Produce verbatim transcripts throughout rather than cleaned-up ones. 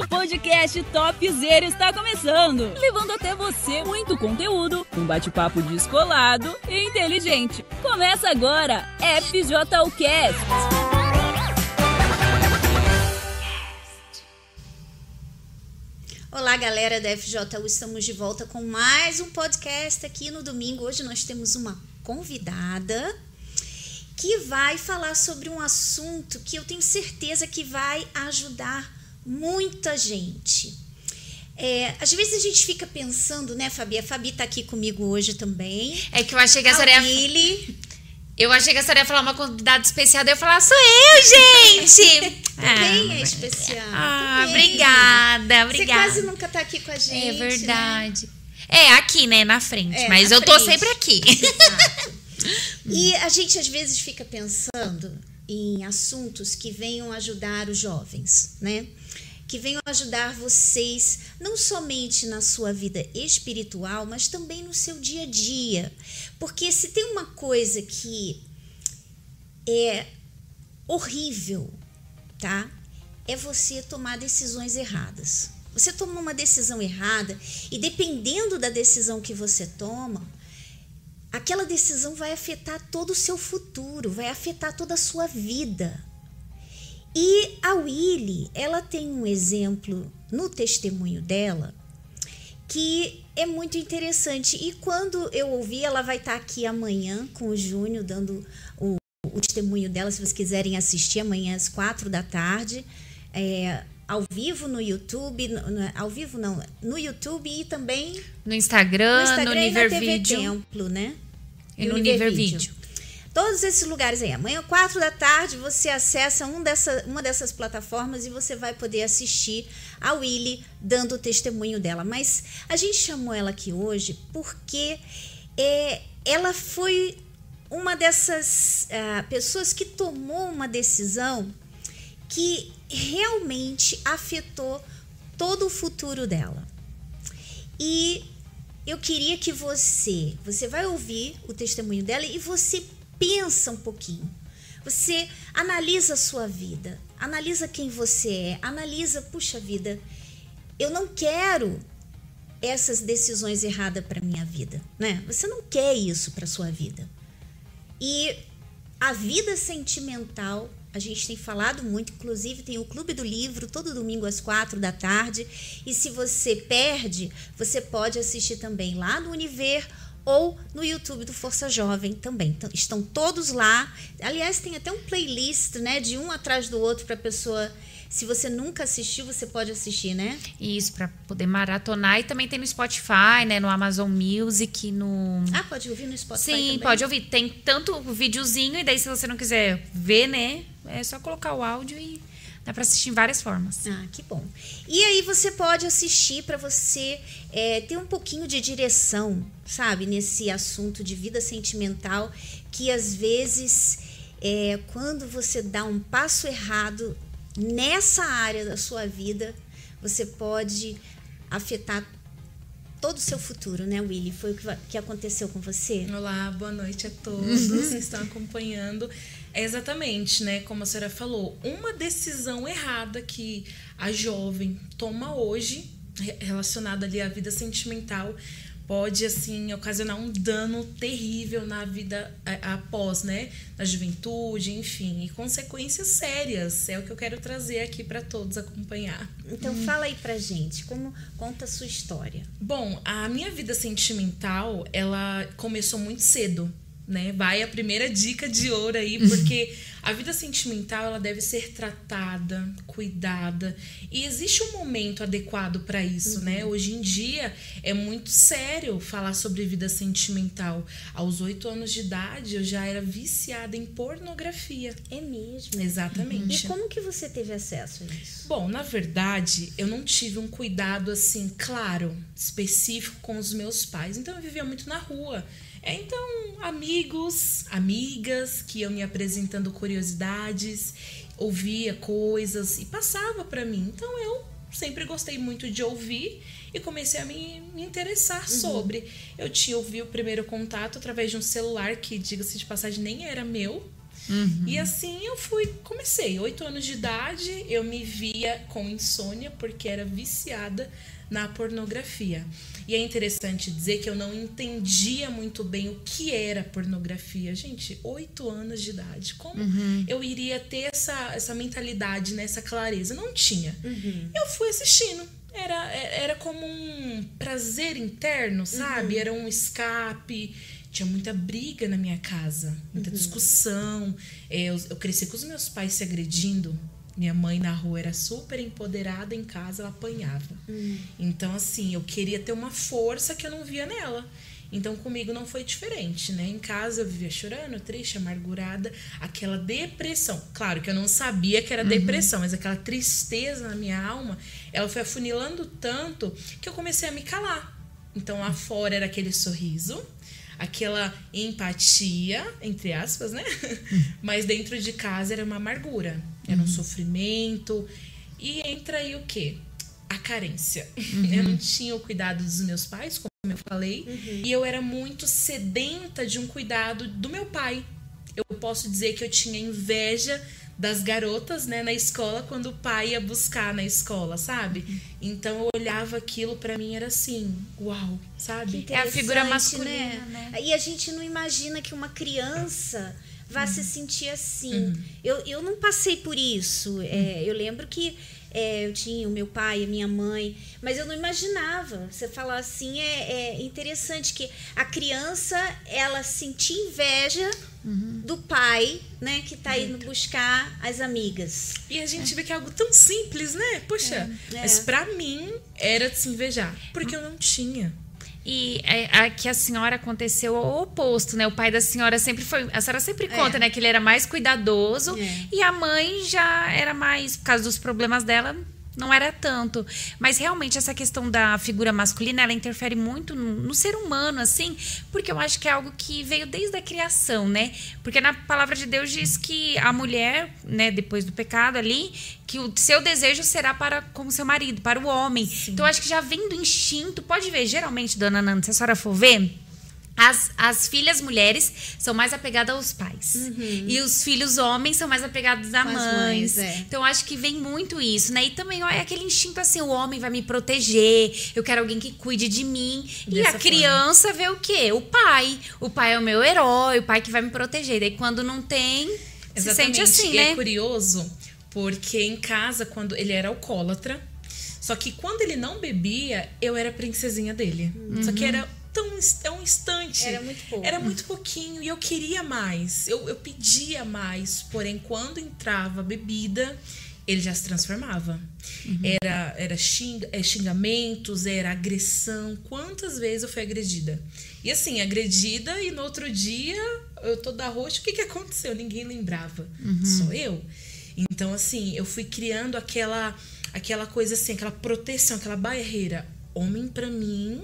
O podcast Topzera está começando, levando até você muito conteúdo, um bate-papo descolado e inteligente. Começa agora, F J U Cast. Olá, galera da F J U, estamos de volta com mais um podcast aqui no domingo. Hoje nós temos uma convidada que vai falar sobre um assunto que eu tenho certeza que vai ajudar muita gente. É, às vezes a gente fica pensando, né, Fabi? A Fabi tá aqui comigo hoje também. É que eu achei que a a senhora ia... Willy. Eu achei que a senhora ia falar uma convidada especial, daí eu ia falar, sou eu, gente! Também ah, é especial. Ah, também. obrigada, obrigada. Você quase nunca tá aqui com a gente, É verdade. Né? É, aqui, né, na frente. É, mas na eu tô frente. sempre aqui. Exato. E a gente às vezes fica pensando em assuntos que venham ajudar os jovens, né? Que venham ajudar vocês não somente na sua vida espiritual, mas também no seu dia a dia. Porque se tem uma coisa que é horrível, tá? É você tomar decisões erradas. Você toma uma decisão errada e dependendo da decisão que você toma, aquela decisão vai afetar todo o seu futuro, vai afetar toda a sua vida. E a Willy, ela tem um exemplo no testemunho dela que é muito interessante. E quando eu ouvi, ela vai estar aqui amanhã com o Júnior, dando o, o testemunho dela, se vocês quiserem assistir, amanhã às quatro da tarde, é, ao vivo no YouTube, no, no, ao vivo não, no YouTube e também No Instagram, no, Instagram no e na Niver T V Vídeo. Templo, né? E no Niver Vídeo. Todos esses lugares aí. Amanhã, quatro da tarde, você acessa um dessa, uma dessas plataformas e você vai poder assistir a Willy dando o testemunho dela. Mas a gente chamou ela aqui hoje porque é, ela foi uma dessas uh, pessoas que tomou uma decisão que realmente afetou todo o futuro dela. E eu queria que você, você vai ouvir o testemunho dela e você pensa um pouquinho. Você analisa a sua vida, analisa quem você é, analisa, puxa vida, eu não quero essas decisões erradas para minha vida, né? Você não quer isso para sua vida. E a vida sentimental, a gente tem falado muito, inclusive tem o Clube do Livro todo domingo às quatro da tarde. E se você perde, você pode assistir também lá no Univer ou no YouTube do Força Jovem também. Então, estão todos lá. Aliás, tem até um playlist, né, de um atrás do outro para a pessoa. Se você nunca assistiu, você pode assistir, né? Isso, pra poder maratonar. E também tem no Spotify, né? No Amazon Music, no... Ah, pode ouvir no Spotify Sim, também? pode ouvir. Tem tanto o videozinho, e daí se você não quiser ver, né? É só colocar o áudio e dá para assistir em várias formas. Ah, que bom. E aí você pode assistir para você é, ter um pouquinho de direção, sabe? Nesse assunto de vida sentimental, que às vezes, é, quando você dá um passo errado nessa área da sua vida, você pode afetar todo o seu futuro, né, Willy? Foi o que aconteceu com você? Olá, boa noite a todos que estão acompanhando. É exatamente, né, como a senhora falou, uma decisão errada que a jovem toma hoje, relacionada ali à vida sentimental, pode, assim, ocasionar um dano terrível na vida após, né? Na juventude, enfim. E consequências sérias. É o que eu quero trazer aqui para todos acompanhar. Então, hum. fala aí pra gente. Como conta a sua história? Bom, a minha vida sentimental, ela começou muito cedo, né? Vai a primeira dica de ouro aí, porque a vida sentimental, ela deve ser tratada, cuidada, e existe um momento adequado para isso, uhum. né? Hoje em dia é muito sério falar sobre vida sentimental. Aos oito anos de idade eu já era viciada em pornografia. É mesmo? Exatamente. E como que você teve acesso a isso? Bom, na verdade, eu não tive um cuidado assim, claro, específico com os meus pais. Então eu vivia muito na rua. Então, amigos, amigas que iam me apresentando curiosidades, ouvia coisas e passava para mim. Então, eu sempre gostei muito de ouvir e comecei a me, me interessar uhum. sobre. Eu tinha ouvido o primeiro contato através de um celular que, diga-se de passagem, nem era meu. Uhum. E assim eu fui, comecei. Oito anos de idade, eu me via com insônia porque era viciada na pornografia. E é interessante dizer que eu não entendia muito bem o que era pornografia. Gente, oito anos de idade. Como uhum. eu iria ter essa, essa mentalidade, né, essa clareza? Não tinha. Uhum. Eu fui assistindo. Era, era como um prazer interno, sabe? Uhum. Era um escape. Tinha muita briga na minha casa. Muita uhum. discussão. Eu, eu cresci com os meus pais se agredindo. Minha mãe na rua era super empoderada, em casa ela apanhava. Hum. Então, assim, eu queria ter uma força que eu não via nela. Então, comigo não foi diferente, né? Em casa eu vivia chorando, triste, amargurada, aquela depressão. Claro que eu não sabia que era uhum. depressão, mas aquela tristeza na minha alma, ela foi afunilando tanto que eu comecei a me calar. Então, lá fora era aquele sorriso, aquela empatia, entre aspas, né? Uhum. Mas dentro de casa era uma amargura. Era um uhum. sofrimento. E entra aí o quê? A carência. Uhum. Eu não tinha o cuidado dos meus pais, como eu falei. Uhum. E eu era muito sedenta de um cuidado do meu pai. Eu posso dizer que eu tinha inveja das garotas, né, na escola, quando o pai ia buscar na escola, sabe? Uhum. Então eu olhava aquilo, pra mim era assim, uau, sabe? É a figura masculina, né? né? E a gente não imagina que uma criança vai uhum. se sentir assim. Uhum. Eu, eu não passei por isso. Uhum. É, eu lembro que é, eu tinha o meu pai, a minha mãe, mas eu não imaginava. Você falar assim, é, é interessante que a criança, ela sentia inveja uhum. do pai, né, que tá indo buscar as amigas. E a gente é. vê que é algo tão simples, né? Poxa, é. mas pra mim era de se invejar, porque eu não tinha. E aqui a senhora aconteceu o oposto, né? O pai da senhora sempre foi... A senhora sempre conta, é. né? Que ele era mais cuidadoso. É. E a mãe já era mais... Por causa dos problemas dela, não era tanto. Mas realmente essa questão da figura masculina, ela interfere muito no, no ser humano, assim. Porque eu acho que é algo que veio desde a criação, né? Porque na palavra de Deus diz que a mulher, né? Depois do pecado ali... que o seu desejo será para como seu marido, para o homem. Sim. Então, eu acho que já vem do instinto. Pode ver, geralmente, dona Nanda, se a senhora for ver, as, as filhas mulheres são mais apegadas aos pais. Uhum. E os filhos homens são mais apegados à mãe. É. Então, eu acho que vem muito isso, né? E também ó, é aquele instinto assim, o homem vai me proteger, eu quero alguém que cuide de mim. Dessa e a criança forma. Vê o quê? O pai. O pai é o meu herói, o pai que vai me proteger. Daí, quando não tem, Exatamente. Se sente assim, e né? É curioso... Porque em casa, quando ele era alcoólatra, só que quando ele não bebia, eu era a princesinha dele. Uhum. Só que era tão, tão instante. Era muito pouco. Era muito pouquinho e eu queria mais. Eu, eu pedia mais. Porém, quando entrava bebida, ele já se transformava. Uhum. Era, era xing, é, xingamentos, era agressão. Quantas vezes eu fui agredida? E assim, agredida e no outro dia, eu toda roxa, o que, que aconteceu? Ninguém lembrava. Uhum. Só eu. Então, assim, eu fui criando aquela, aquela coisa assim, aquela proteção, aquela barreira. Homem, pra mim,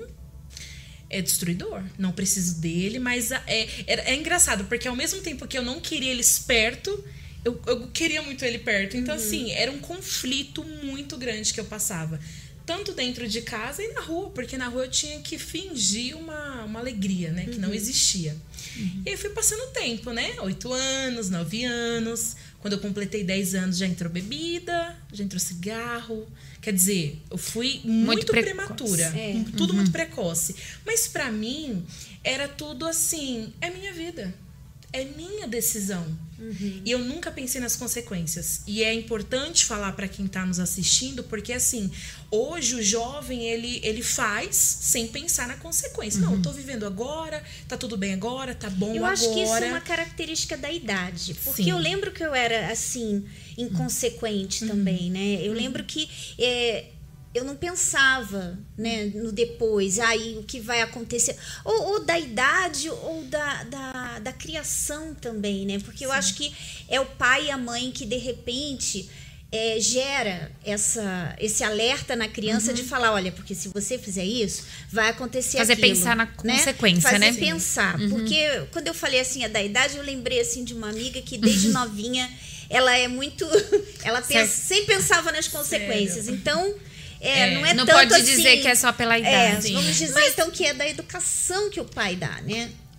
é destruidor. Não preciso dele, mas é, é, é engraçado, porque ao mesmo tempo que eu não queria ele perto, eu, eu queria muito ele perto. Então, uhum. assim, era um conflito muito grande que eu passava. Tanto dentro de casa e na rua, porque na rua eu tinha que fingir uma, uma alegria, né? Que uhum. não existia. Uhum. E aí fui passando o tempo, né? Oito anos, nove anos... Quando eu completei dez anos, já entrou bebida, já entrou cigarro. Quer dizer, eu fui muito, muito prematura. É. Tudo uhum. muito precoce. Mas pra mim, era tudo assim, é minha vida. É minha decisão. Uhum. E eu nunca pensei nas consequências. E é importante falar para quem tá nos assistindo, porque assim, hoje o jovem, ele, ele faz sem pensar na consequência. Uhum. Não, eu tô vivendo agora, tá tudo bem agora, tá bom eu agora. Eu acho que isso é uma característica da idade. Porque Sim. eu lembro que eu era, assim, inconsequente uhum. também, né? Eu uhum. lembro que... É, eu não pensava, né, no depois, aí o que vai acontecer. Ou, ou da idade, ou da, da, da criação também, né? Porque eu Sim. acho que é o pai e a mãe que, de repente, é, gera essa, esse alerta na criança uhum. de falar, olha, porque se você fizer isso, vai acontecer Fazer aquilo. Fazer pensar na né? consequência, Fazer né? Fazer pensar. Uhum. Porque quando eu falei assim, a da idade, eu lembrei assim de uma amiga que desde uhum. novinha, ela é muito... ela pensa, sempre pensava nas consequências. Sério? Então... É, é, não é não tanto pode assim, dizer que é só pela idade. É, vamos dizer, mas, então, que é da educação que o pai dá, né?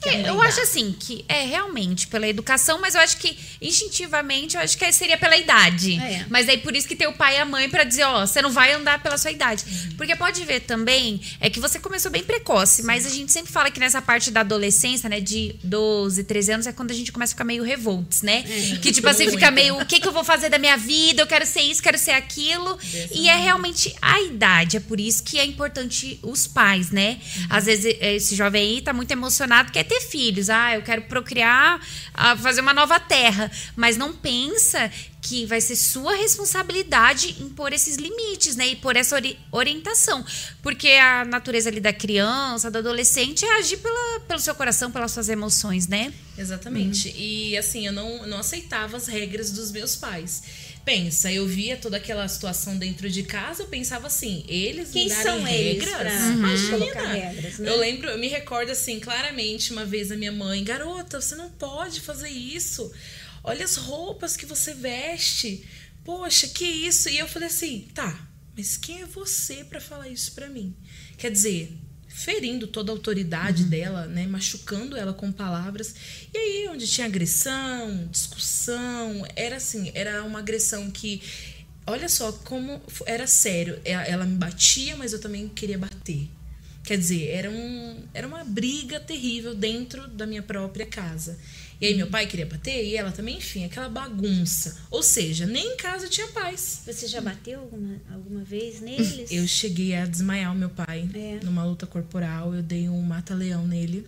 que a mãe Eu dá. acho assim, que é realmente pela educação, mas eu acho que instintivamente, eu acho que seria pela idade. É. Mas aí por isso que tem o pai e a mãe pra dizer, ó, você não vai andar pela sua idade. Uhum. Porque pode ver também, é que você começou bem precoce, Sim. mas a gente sempre fala que nessa parte da adolescência, né, de doze, treze anos, é quando a gente começa a ficar meio revolts, né? É. Que tipo assim, fica meio, o que que eu vou fazer da minha vida? Eu quero ser isso, quero ser aquilo. Dessa e é realmente a idade, é por isso que é importante os pais, né? Uhum. Às vezes esse jovem aí tá muito emocionado, quer ter filhos. Ah, eu quero procriar, fazer uma nova terra. Mas não pensa que vai ser sua responsabilidade impor esses limites, né? E por essa ori- orientação. Porque a natureza ali da criança, do adolescente, é agir pela, pelo seu coração, pelas suas emoções, né? Exatamente. Hum. E assim, eu não, não aceitava as regras dos meus pais. Pensa, eu via toda aquela situação dentro de casa, eu pensava assim, eles Quem me darem são regras? Eles pra Imagina. Colocar regras, né? Eu lembro, eu me recordo assim, claramente, uma vez a minha mãe, garota, você não pode fazer isso. Olha as roupas que você veste. Poxa, que isso? E eu falei assim, tá, mas quem é você pra falar isso pra mim? Quer dizer, ferindo toda a autoridade uhum. dela, né, machucando ela com palavras. E aí, onde tinha agressão, discussão, era assim, era uma agressão que, olha só como era sério. Ela me batia, mas eu também queria bater. Quer dizer, era, um, era uma briga terrível dentro da minha própria casa. E aí meu pai queria bater e ela também, enfim, aquela bagunça. Ou seja, nem em casa tinha paz. Você já bateu alguma, alguma vez neles? Eu cheguei a desmaiar o meu pai é. numa luta corporal. Eu dei um mata-leão nele.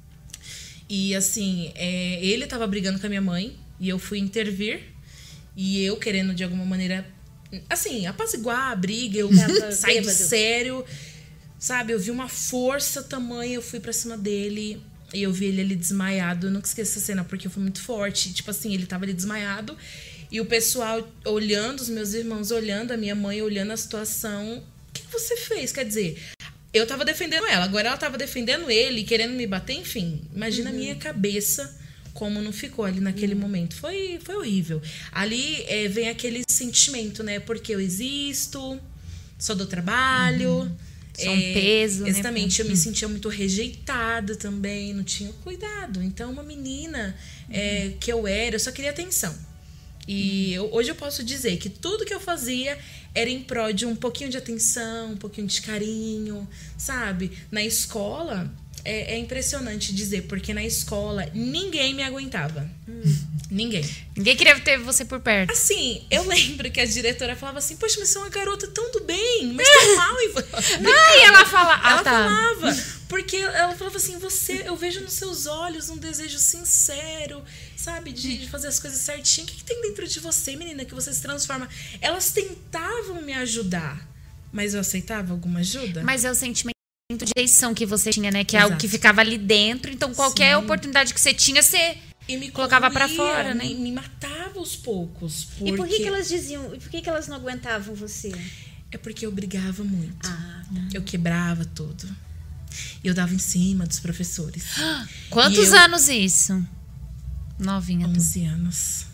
E assim, é, ele tava brigando com a minha mãe e eu fui intervir. E eu querendo de alguma maneira, assim, apaziguar a briga. Eu saí do sério, sabe? Eu vi uma força tamanha, eu fui pra cima dele. E eu vi ele ali desmaiado. Eu nunca esqueço essa cena, porque foi muito forte. Tipo assim, ele tava ali desmaiado. E o pessoal olhando, os meus irmãos olhando, a minha mãe olhando a situação. O que você fez? Quer dizer, eu tava defendendo ela. Agora ela tava defendendo ele, querendo me bater. Enfim, imagina uhum. a minha cabeça como não ficou ali naquele uhum. momento. Foi, foi horrível. Ali é, vem aquele sentimento, né? Porque eu existo, só dou trabalho... Uhum. Só um peso, é, exatamente, né? Eu me sentia muito rejeitada também, não tinha cuidado. Então, uma menina uhum. é, que eu era, eu só queria atenção. E uhum. eu, hoje eu posso dizer que tudo que eu fazia era em prol de um pouquinho de atenção, um pouquinho de carinho, sabe? Na escola, é, é impressionante dizer, porque na escola ninguém me aguentava. Uhum. Ninguém. Ninguém queria ter você por perto. Assim, eu lembro que a diretora falava assim, poxa, mas você é uma garota tão do bem, mas tão mal. Ai, ela fala, ah, ela tá. falava, porque ela falava assim, você, eu vejo nos seus olhos um desejo sincero, sabe, de, de fazer as coisas certinho. O que, que tem dentro de você, menina, que você se transforma? Elas tentavam me ajudar, mas eu aceitava alguma ajuda? Mas é o sentimento de rejeição que você tinha, né? Que é algo que ficava ali dentro. Então, qualquer Sim. oportunidade que você tinha, você... E me colocava corria, pra fora, né? Me, me matava aos poucos. Porque... E por que, que elas diziam? E por que, que elas não aguentavam você? É porque eu brigava muito. Ah, tá. Eu quebrava tudo. E eu dava em cima dos professores. Quantos eu... anos isso? Novinha. onze anos.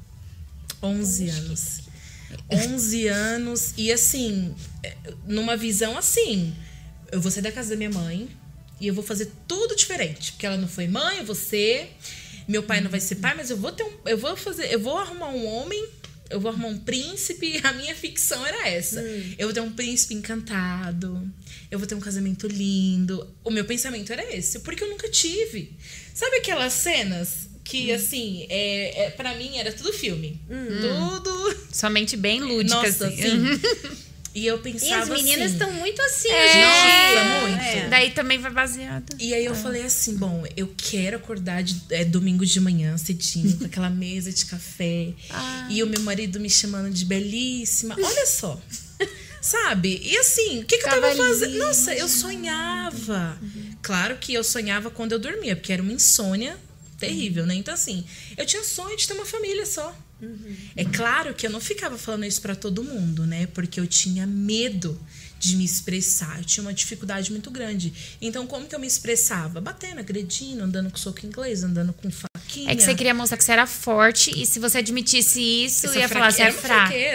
onze anos. onze anos. E assim, numa visão assim, eu vou sair da casa da minha mãe e eu vou fazer tudo diferente. Porque ela não foi mãe, eu vou ser... Meu pai não vai ser pai, mas eu vou ter um, eu vou fazer, eu vou arrumar um homem, eu vou arrumar um príncipe. A minha ficção era essa. Hum. Eu vou ter um príncipe encantado. Eu vou ter um casamento lindo. O meu pensamento era esse, porque eu nunca tive. Sabe aquelas cenas que, hum. assim, é, é, pra mim era tudo filme. Hum. Tudo... Somente bem lúdica, Nossa, assim. assim. E eu pensava assim... E as meninas estão assim, muito assim é, hoje em dia. Nossa, muito. É. Daí também vai baseado. E aí eu ah. falei assim, bom, eu quero acordar de, é, domingo de manhã, cedinho, com aquela mesa de café. Ah. E o meu marido me chamando de belíssima. Olha só. Sabe? E assim, o que, que eu tava fazendo? Nossa, eu sonhava. Uhum. Claro que eu sonhava quando eu dormia, porque era uma insônia terrível, né? Então assim, eu tinha sonho de ter uma família só. Uhum. É claro que eu não ficava falando isso pra todo mundo, né? Porque eu tinha medo de me expressar. Eu tinha uma dificuldade muito grande. Então, como que eu me expressava? Batendo, agredindo, andando com soco inglês, andando com faquinha. É que você queria mostrar que você era forte e se você admitisse isso, Essa ia falar que você era fraca. Fraqueza. Uhum.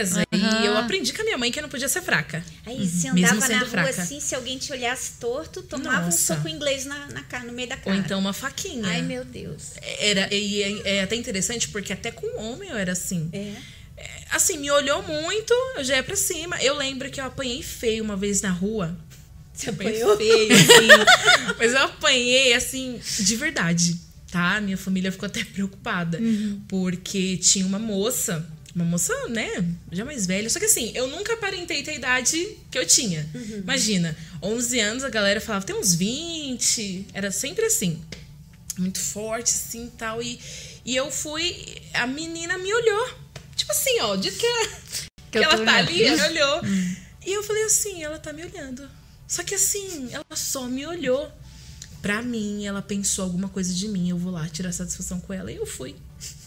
Uhum. E eu aprendi com a minha mãe que eu não podia ser fraca. Aí você Mesmo andava na sendo rua fraca. assim, se alguém te olhasse torto, tomava Nossa. um soco inglês na, na cara, no meio da cara. Ou então uma faquinha. Ai, meu Deus. Era, e é, é até interessante, porque até com homem eu era assim. É. É, assim, me olhou muito, eu já ia pra cima. Eu lembro que eu apanhei feio uma vez na rua. Você Apanhei apanhou? feio, assim. Mas eu apanhei, assim, de verdade, tá? Minha família ficou até preocupada. Uhum. Porque tinha uma moça, uma moça, né, já mais velha. Só que assim, eu nunca aparentei ter a idade que eu tinha. Uhum. Imagina, onze anos, a galera falava, tem uns vinte. Era sempre assim. Muito forte, assim, tal. E, e eu fui... A menina me olhou. Tipo assim, ó, de que, Que que eu ela tô tá olhando. ali, ela olhou. E eu falei assim, ela tá me olhando. Só que assim, ela só me olhou. Pra mim, ela pensou alguma coisa de mim. Eu vou lá tirar satisfação com ela. E eu fui.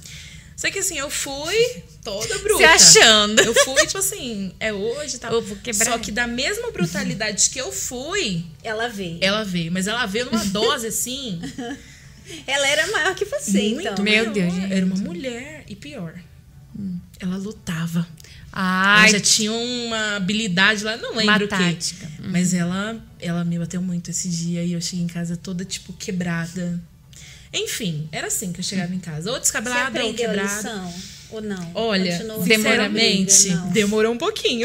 Só que assim, eu fui toda bruta. Se achando. Eu fui, tipo assim, é hoje e tal. Eu vou quebrar. Só que da mesma brutalidade que eu fui, Ela veio. ela veio. Mas ela veio numa dose assim... Ela era maior que você, muito então. Meu maior. Deus, gente. Era uma mulher. E pior, ela lutava. Ai, Ela já tinha uma habilidade lá, não lembro Uma o quê. tática. Uhum. Mas ela, ela me bateu muito esse dia e eu cheguei em casa toda, tipo, quebrada. Enfim, era assim que eu chegava em casa. Ou Você descabelada ou aprendeu a quebrada. lição? Ou não? Olha, Continuou sinceramente, sendo amiga? Não. demorou um pouquinho.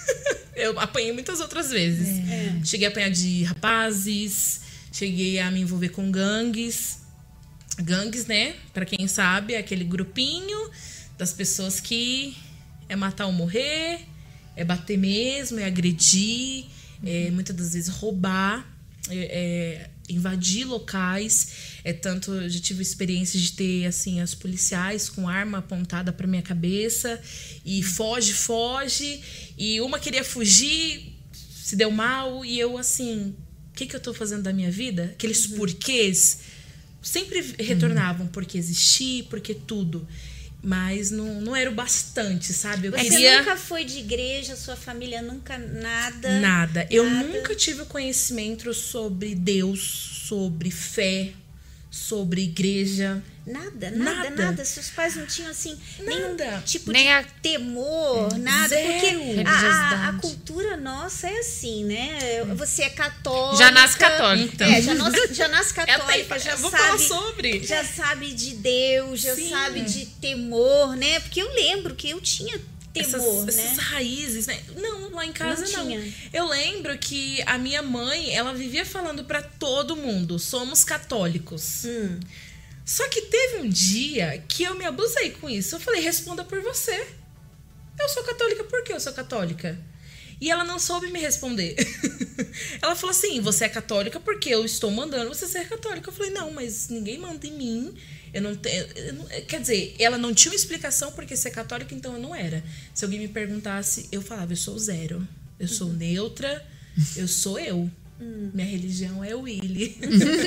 Eu apanhei muitas outras vezes. É. Cheguei a apanhar de rapazes, cheguei a me envolver com gangues. Gangues, né? Pra quem sabe, é aquele grupinho das pessoas que é matar ou morrer, é bater mesmo, é agredir, é muitas das vezes roubar, é, é invadir locais. É tanto, eu já tive experiência de ter assim as policiais com arma apontada para minha cabeça e foge, foge, e uma queria fugir, se deu mal, e eu assim, o que que eu tô fazendo da minha vida? Aqueles Uhum. porquês sempre retornavam, porque existir, porque tudo. Mas não, não era o bastante, sabe? Eu Você queria nunca foi de igreja, sua família nunca nada? nada. Eu Nada. nunca tive conhecimento sobre Deus, sobre fé, sobre igreja. Nada, nada, Nada. nada. Seus pais não tinham, assim, nenhum Nada. tipo Nem de a- temor, nada. Zero. Porque a, a, a Religiosidade. cultura nossa é assim, né? Você é católica. Já nasce católica. Então. É, já, nasce, já nasce Ela tá aí, católica, já eu vou falar sabe... sobre. Já sabe de Deus, já Sim. sabe de temor, né? Porque eu lembro que eu tinha temor, essas, né? essas raízes, né? Não, lá em casa Não não. tinha. Eu lembro que a minha mãe, ela vivia falando pra todo mundo, somos católicos. Hum. Só que teve um dia que eu me abusei com isso. Eu falei, responda por você. Eu sou católica, por que eu sou católica? E ela não soube me responder. Ela falou assim, você é católica porque eu estou mandando você ser católica. Eu falei, não, mas ninguém manda em mim. Eu não tenho, eu não- quer dizer, ela não tinha uma explicação porque ser católica, então eu não era. Se alguém me perguntasse, eu falava, eu sou zero. Eu sou neutra, eu sou eu. Minha religião é o Willy.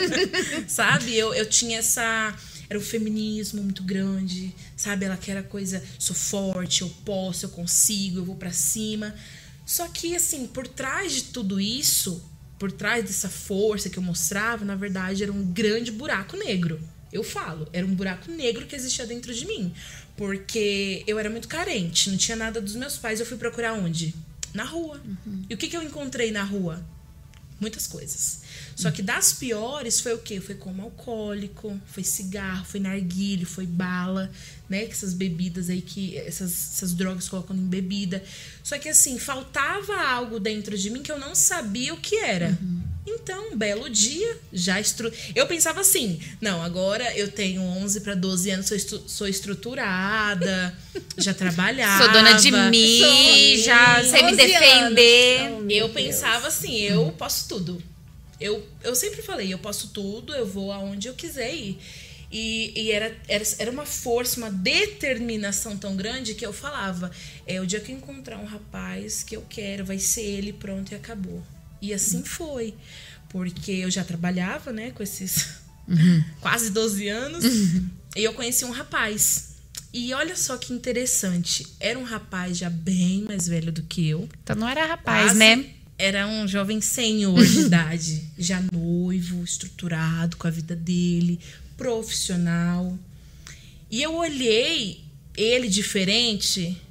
Sabe? Eu, eu tinha essa... Era um feminismo muito grande, sabe? Ela que era coisa, sou forte, eu posso, eu consigo, eu vou pra cima. Só que, assim, por trás de tudo isso, por trás dessa força que eu mostrava, na verdade, era um grande buraco negro. Eu falo, era um buraco negro que existia dentro de mim. Porque eu era muito carente, não tinha nada dos meus pais. Eu fui procurar onde? Na rua. E o que, que eu encontrei na rua? Muitas coisas. Só que das piores foi o quê? Foi como alcoólico, foi cigarro, foi narguilho, foi bala, né? Que essas bebidas aí, que essas, essas drogas colocam em bebida. Só que assim, faltava algo dentro de mim que eu não sabia o que era. Uhum. Então, um belo dia, já estru... eu pensava assim, não, agora eu tenho onze para doze anos, sou, estru... sou estruturada, já trabalhava. Sou dona de mim, Sou- já sei me doze defender. anos. Oh, meu Eu Deus. pensava assim, eu posso tudo. Eu, eu sempre falei, eu posso tudo, eu vou aonde eu quiser ir. E, e era, era, era uma força, uma determinação tão grande que eu falava, é o dia que eu encontrar um rapaz que eu quero, vai ser ele, pronto, e acabou. E assim foi. Porque eu já trabalhava, né, com esses uhum. quase doze anos, uhum. e eu conheci um rapaz. E olha só que interessante, era um rapaz já bem mais velho do que eu. Então não era rapaz, Quase, né? Era um jovem senhor de idade, já noivo, estruturado com a vida dele, profissional. E eu olhei ele diferente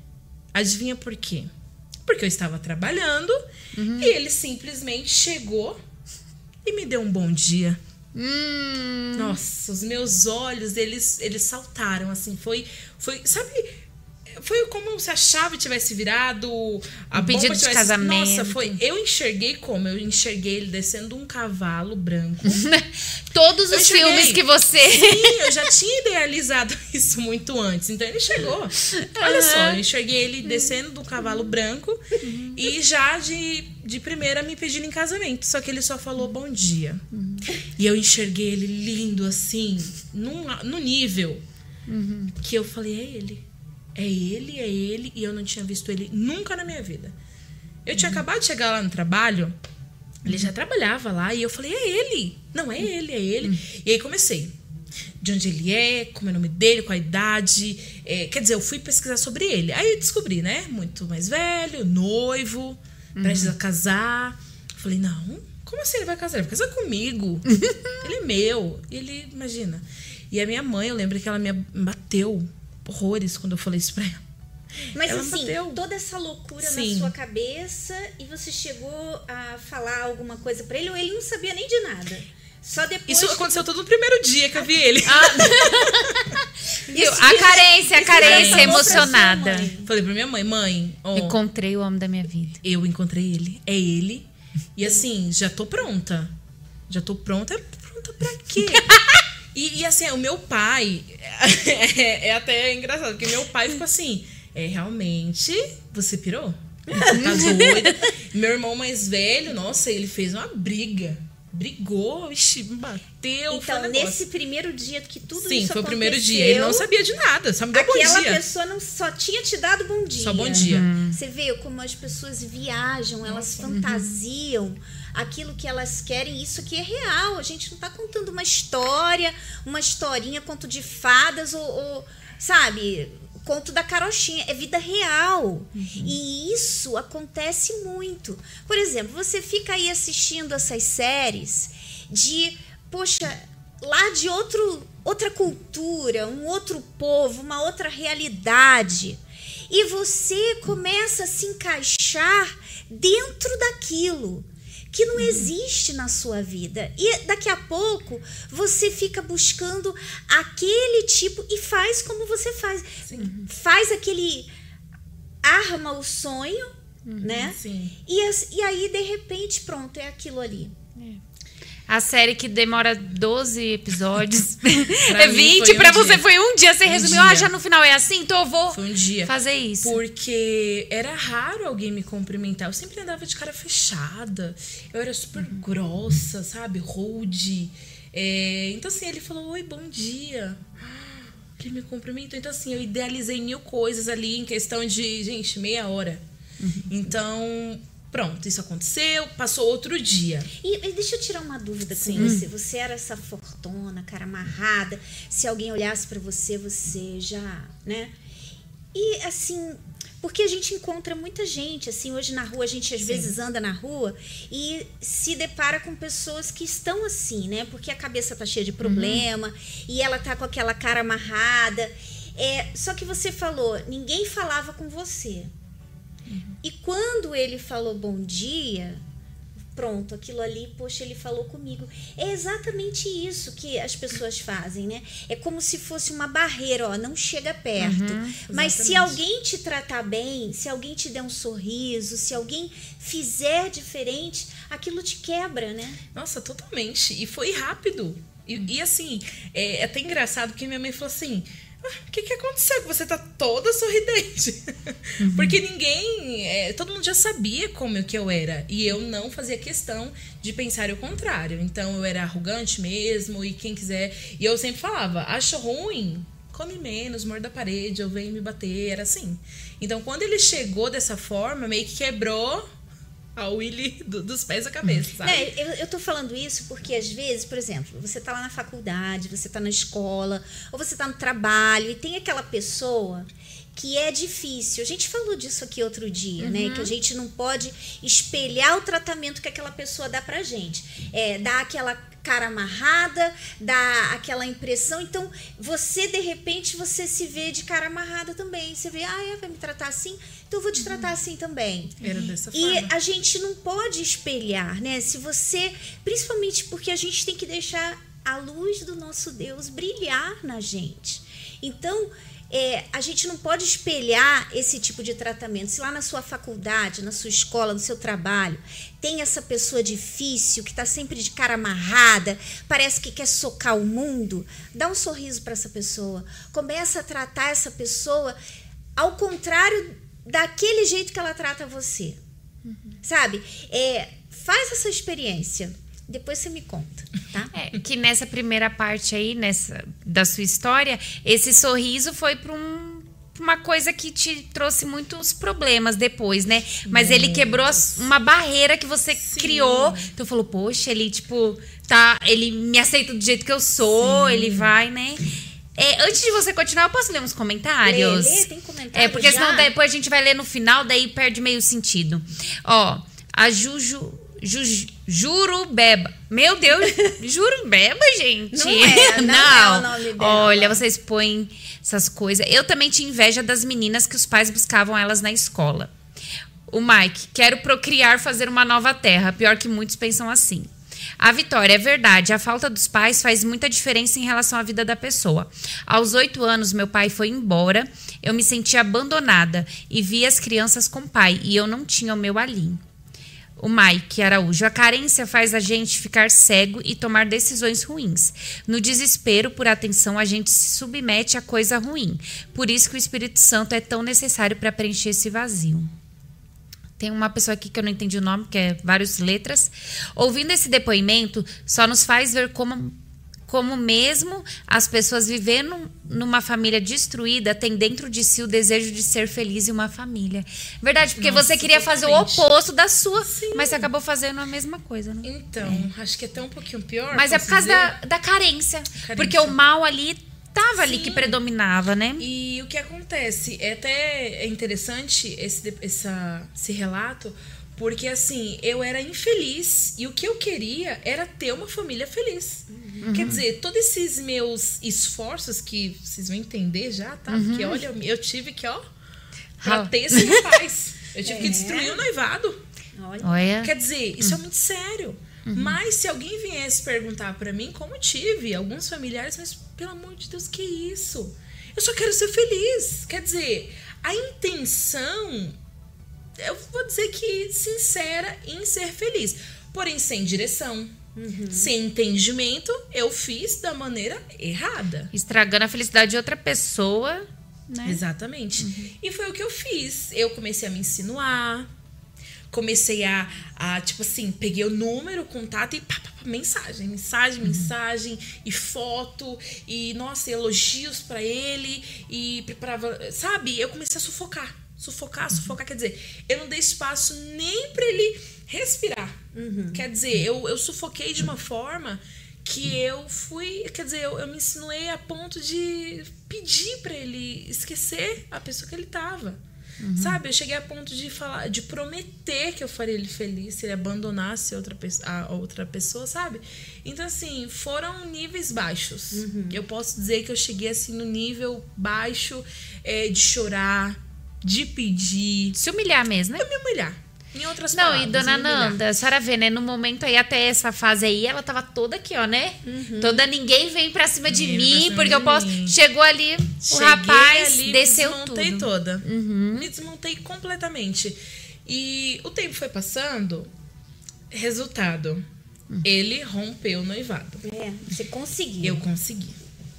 Adivinha por quê? Porque eu estava trabalhando uhum. e ele simplesmente chegou e me deu um bom dia. Hum. Nossa, os meus olhos, eles, eles saltaram, assim, foi, foi, sabe, foi como se a chave tivesse virado, a um pedido bomba de tivesse... casamento. Nossa, foi, eu enxerguei como? Eu enxerguei ele descendo um cavalo branco. Todos os filmes que você... Sim, eu já tinha idealizado isso muito antes, então ele chegou. Olha uhum. só, eu enxerguei ele descendo do cavalo branco uhum. e já de, de primeira me pedindo em casamento, só que ele só falou bom dia. Uhum. E eu enxerguei ele lindo assim, num, no nível uhum. que eu falei, é ele. É ele, é ele, e eu não tinha visto ele nunca na minha vida. Eu tinha uhum. acabado de chegar lá no trabalho, ele já trabalhava lá, e eu falei, é ele. Não, é ele, é ele. Uhum. E aí comecei. De onde ele é, como é o nome dele, qual a idade. É, quer dizer, eu fui pesquisar sobre ele. Aí eu descobri, né? Muito mais velho, noivo, uhum. prestes a casar. Eu falei, não, como assim ele vai casar? Ele vai casar comigo. Ele é meu. E ele, imagina. E a minha mãe, eu lembro que ela me bateu horrores quando eu falei isso pra ela. Mas ela assim, bateu. Toda essa loucura Sim. na sua cabeça e você chegou a falar alguma coisa pra ele ou ele não sabia nem de nada? Só depois... Isso aconteceu tudo no primeiro dia que eu vi ele. Ah. Viu? A carência, a carência emocionada. Falei pra minha mãe, mãe... Ó, encontrei o homem da minha vida. Eu encontrei ele. É ele. E assim, já tô pronta. Já tô pronta. Pronta pra quê? E, e assim, o meu pai, é, é até engraçado, porque meu pai ficou assim, é, realmente, você pirou? Tá doida? Meu irmão mais velho, nossa, ele fez uma briga. Brigou, ixi, me bateu. Então, nesse primeiro dia que tudo Sim, isso foi o primeiro aconteceu, dia. Ele não sabia de nada, só me deu bom dia. Aquela pessoa não, só tinha te dado bom dia. Só bom dia. Uhum. Você vê como as pessoas viajam, elas fantasiam uhum. aquilo que elas querem. Isso aqui é real. A gente não tá contando uma história, uma historinha, conto de fadas ou, ou sabe... Conto da carochinha, é vida real. Uhum. E isso acontece muito. Por exemplo, você fica aí assistindo essas séries de, poxa, lá de outro, outra cultura, um outro povo, uma outra realidade. E você começa a se encaixar dentro daquilo que não existe na sua vida. E daqui a pouco você fica buscando aquele tipo e faz como você faz. Sim. Faz aquele... Arma o sonho, uhum, né? Sim. E, as, e aí, de repente, pronto, é aquilo ali. É. A série que demora doze episódios. É vinte, pra um você dia. Foi um dia. Você um resumiu, dia. Ah, já no final é assim, então eu vou foi um dia. fazer isso. Porque era raro alguém me cumprimentar. Eu sempre andava de cara fechada. Eu era super uhum. grossa, sabe? Rude. É, então, assim, ele falou, oi, bom dia. Ele me cumprimentou. Então, assim, eu idealizei mil coisas ali em questão de, gente, meia hora. Uhum. Então... Pronto, isso aconteceu, passou outro dia. E, e deixa eu tirar uma dúvida com Sim. você. Você era essa fortuna, cara amarrada. Se alguém olhasse pra você, você já, né? E assim, porque a gente encontra muita gente, assim, hoje na rua, a gente às Sim. vezes anda na rua e se depara com pessoas que estão assim, né? Porque a cabeça tá cheia de problema uhum. e ela tá com aquela cara amarrada. É, só que você falou, ninguém falava com você. E quando ele falou bom dia, pronto, aquilo ali, poxa, ele falou comigo. É exatamente isso que as pessoas fazem, né? É como se fosse uma barreira, ó, não chega perto. Uhum, mas se alguém te tratar bem, se alguém te der um sorriso, se alguém fizer diferente, aquilo te quebra, né? Nossa, totalmente. E foi rápido. E, e assim, é até engraçado que minha mãe falou assim... O que, que aconteceu? Que você tá toda sorridente. Uhum. Porque ninguém... É, todo mundo já sabia como que eu era. E eu não fazia questão de pensar o contrário. Então, eu era arrogante mesmo. E quem quiser... E eu sempre falava, acha ruim? Come menos, morda a parede, eu venho me bater. Era assim. Então, quando ele chegou dessa forma, meio que quebrou... a Willy do, dos pés à cabeça, sabe? É, eu, eu tô falando isso porque, às vezes, por exemplo, você tá lá na faculdade, você tá na escola, ou você tá no trabalho, e tem aquela pessoa que é difícil. A gente falou disso aqui outro dia, Uhum. né? Que a gente não pode espelhar o tratamento que aquela pessoa dá pra gente. É, dá aquela cara amarrada, dá aquela impressão. Então, você, de repente, você se vê de cara amarrada também. Você vê, ah, é, vai me tratar assim? Então, eu vou te tratar assim também. Era dessa E forma. a gente não pode espelhar, né? Se você... Principalmente porque a gente tem que deixar a luz do nosso Deus brilhar na gente. Então... É, a gente não pode espelhar esse tipo de tratamento. Se lá na sua faculdade, na sua escola, no seu trabalho, tem essa pessoa difícil, que está sempre de cara amarrada, parece que quer socar o mundo, dá um sorriso para essa pessoa. Começa a tratar essa pessoa ao contrário daquele jeito que ela trata você. Uhum. Sabe? É, faz essa experiência. Depois você me conta, tá? É, que nessa primeira parte aí, nessa, da sua história, esse sorriso foi para um, uma coisa que te trouxe muitos problemas depois, né? Mas ele quebrou as, uma barreira que você Sim. criou. Então falou, poxa, ele, tipo, tá, ele me aceita do jeito que eu sou, Sim. ele vai, né? É, antes de você continuar, eu posso ler uns comentários? Lê, lê, tem comentários É, porque já? senão depois a gente vai ler no final, daí perde meio sentido. Ó, a Juju... Ju, Jurubeba. Meu Deus, Jurubeba, gente. Não é, não, não é o nome dela. Olha, vocês põem essas coisas. Eu também tinha inveja das meninas que os pais buscavam elas na escola. O Mike, quero procriar, fazer uma nova terra. Pior que muitos pensam assim. A Vitória, é verdade, a falta dos pais faz muita diferença em relação à vida da pessoa. Aos oito anos, meu pai foi embora, eu me senti abandonada e vi as crianças com pai e eu não tinha o meu alinho. O Mike Araújo, a carência faz a gente ficar cego e tomar decisões ruins. No desespero por atenção, a gente se submete a coisa ruim. Por isso que o Espírito Santo é tão necessário para preencher esse vazio. Tem uma pessoa aqui que eu não entendi o nome, que é várias letras. Ouvindo esse depoimento, só nos faz ver como... como mesmo as pessoas vivendo numa família destruída têm dentro de si o desejo de ser feliz em uma família. Verdade, porque Nossa, você queria totalmente. fazer o oposto da sua, Sim. mas você acabou fazendo a mesma coisa, né? Então, é. acho que é até um pouquinho pior. Mas é por causa da, da carência, carência. Porque o mal ali tava Sim. ali que predominava, né? E o que acontece, é até interessante esse, essa, esse relato, porque assim, eu era infeliz e o que eu queria era ter uma família feliz. Uhum. Quer dizer, todos esses meus esforços, que vocês vão entender já, tá? Uhum. Porque olha, eu tive que, ó, pra ter esse rapaz. Eu tive é. que destruir o noivado. Olha. Quer dizer, isso uhum. é muito sério. Uhum. Mas se alguém viesse perguntar pra mim, como eu tive alguns familiares, mas pelo amor de Deus, que isso? Eu só quero ser feliz. Quer dizer, a intenção... eu vou dizer que sincera em ser feliz, porém sem direção, uhum. sem entendimento, eu fiz da maneira errada, estragando a felicidade de outra pessoa, né? Exatamente. Uhum. E foi o que eu fiz. Eu comecei a me insinuar, comecei a, a tipo assim, peguei o número, contato e pá, pá, pá, mensagem, mensagem, uhum. mensagem e foto e nossa, elogios pra ele e preparava, sabe? Eu comecei a sufocar. Sufocar, sufocar, uhum. quer dizer, eu não dei espaço nem pra ele respirar. Uhum. Quer dizer, eu, eu sufoquei de uma forma que eu fui, quer dizer, eu, eu me insinuei a ponto de pedir pra ele esquecer a pessoa que ele tava. Uhum. Sabe? Eu cheguei a ponto de falar, de prometer que eu faria ele feliz se ele abandonasse outra, a outra pessoa, sabe? Então, assim, foram níveis baixos. Uhum. Eu posso dizer que eu cheguei, assim, no nível baixo é, de chorar, de pedir. Se humilhar mesmo, né? Eu me humilhar. Em outras Não, palavras. e dona Nanda, a senhora vê, né? No momento aí, até essa fase aí, ela tava toda aqui, ó, né? Uhum. Toda ninguém vem pra cima de ninguém mim, porque eu posso. Mim. Chegou ali, Cheguei o rapaz ali, desceu me tudo. Me desmontei toda. Uhum. Me desmontei completamente. E o tempo foi passando. Resultado. Uhum. Ele rompeu o noivado. É, você conseguiu. Eu consegui.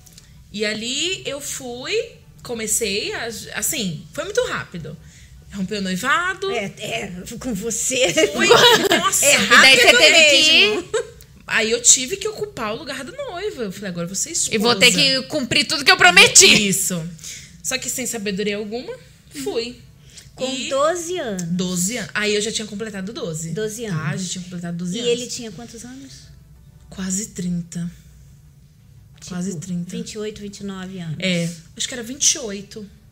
E ali eu fui, comecei, a, assim, foi muito rápido. Rompeu o noivado. É, é, com você. Foi, nossa, é rápido. E daí você teve mesmo. que... Aí eu tive que ocupar o lugar da noiva. Eu falei, agora você é esposa. E vou ter que cumprir tudo que eu prometi. Isso. Só que sem sabedoria alguma, fui. Com e doze anos. doze anos. Aí eu já tinha completado doze. doze anos. Tá, já tinha completado doze e anos. E ele tinha quantos anos? Quase trinta. Tipo, Quase trinta. vinte e oito, vinte e nove anos. É, acho que era vinte e oito.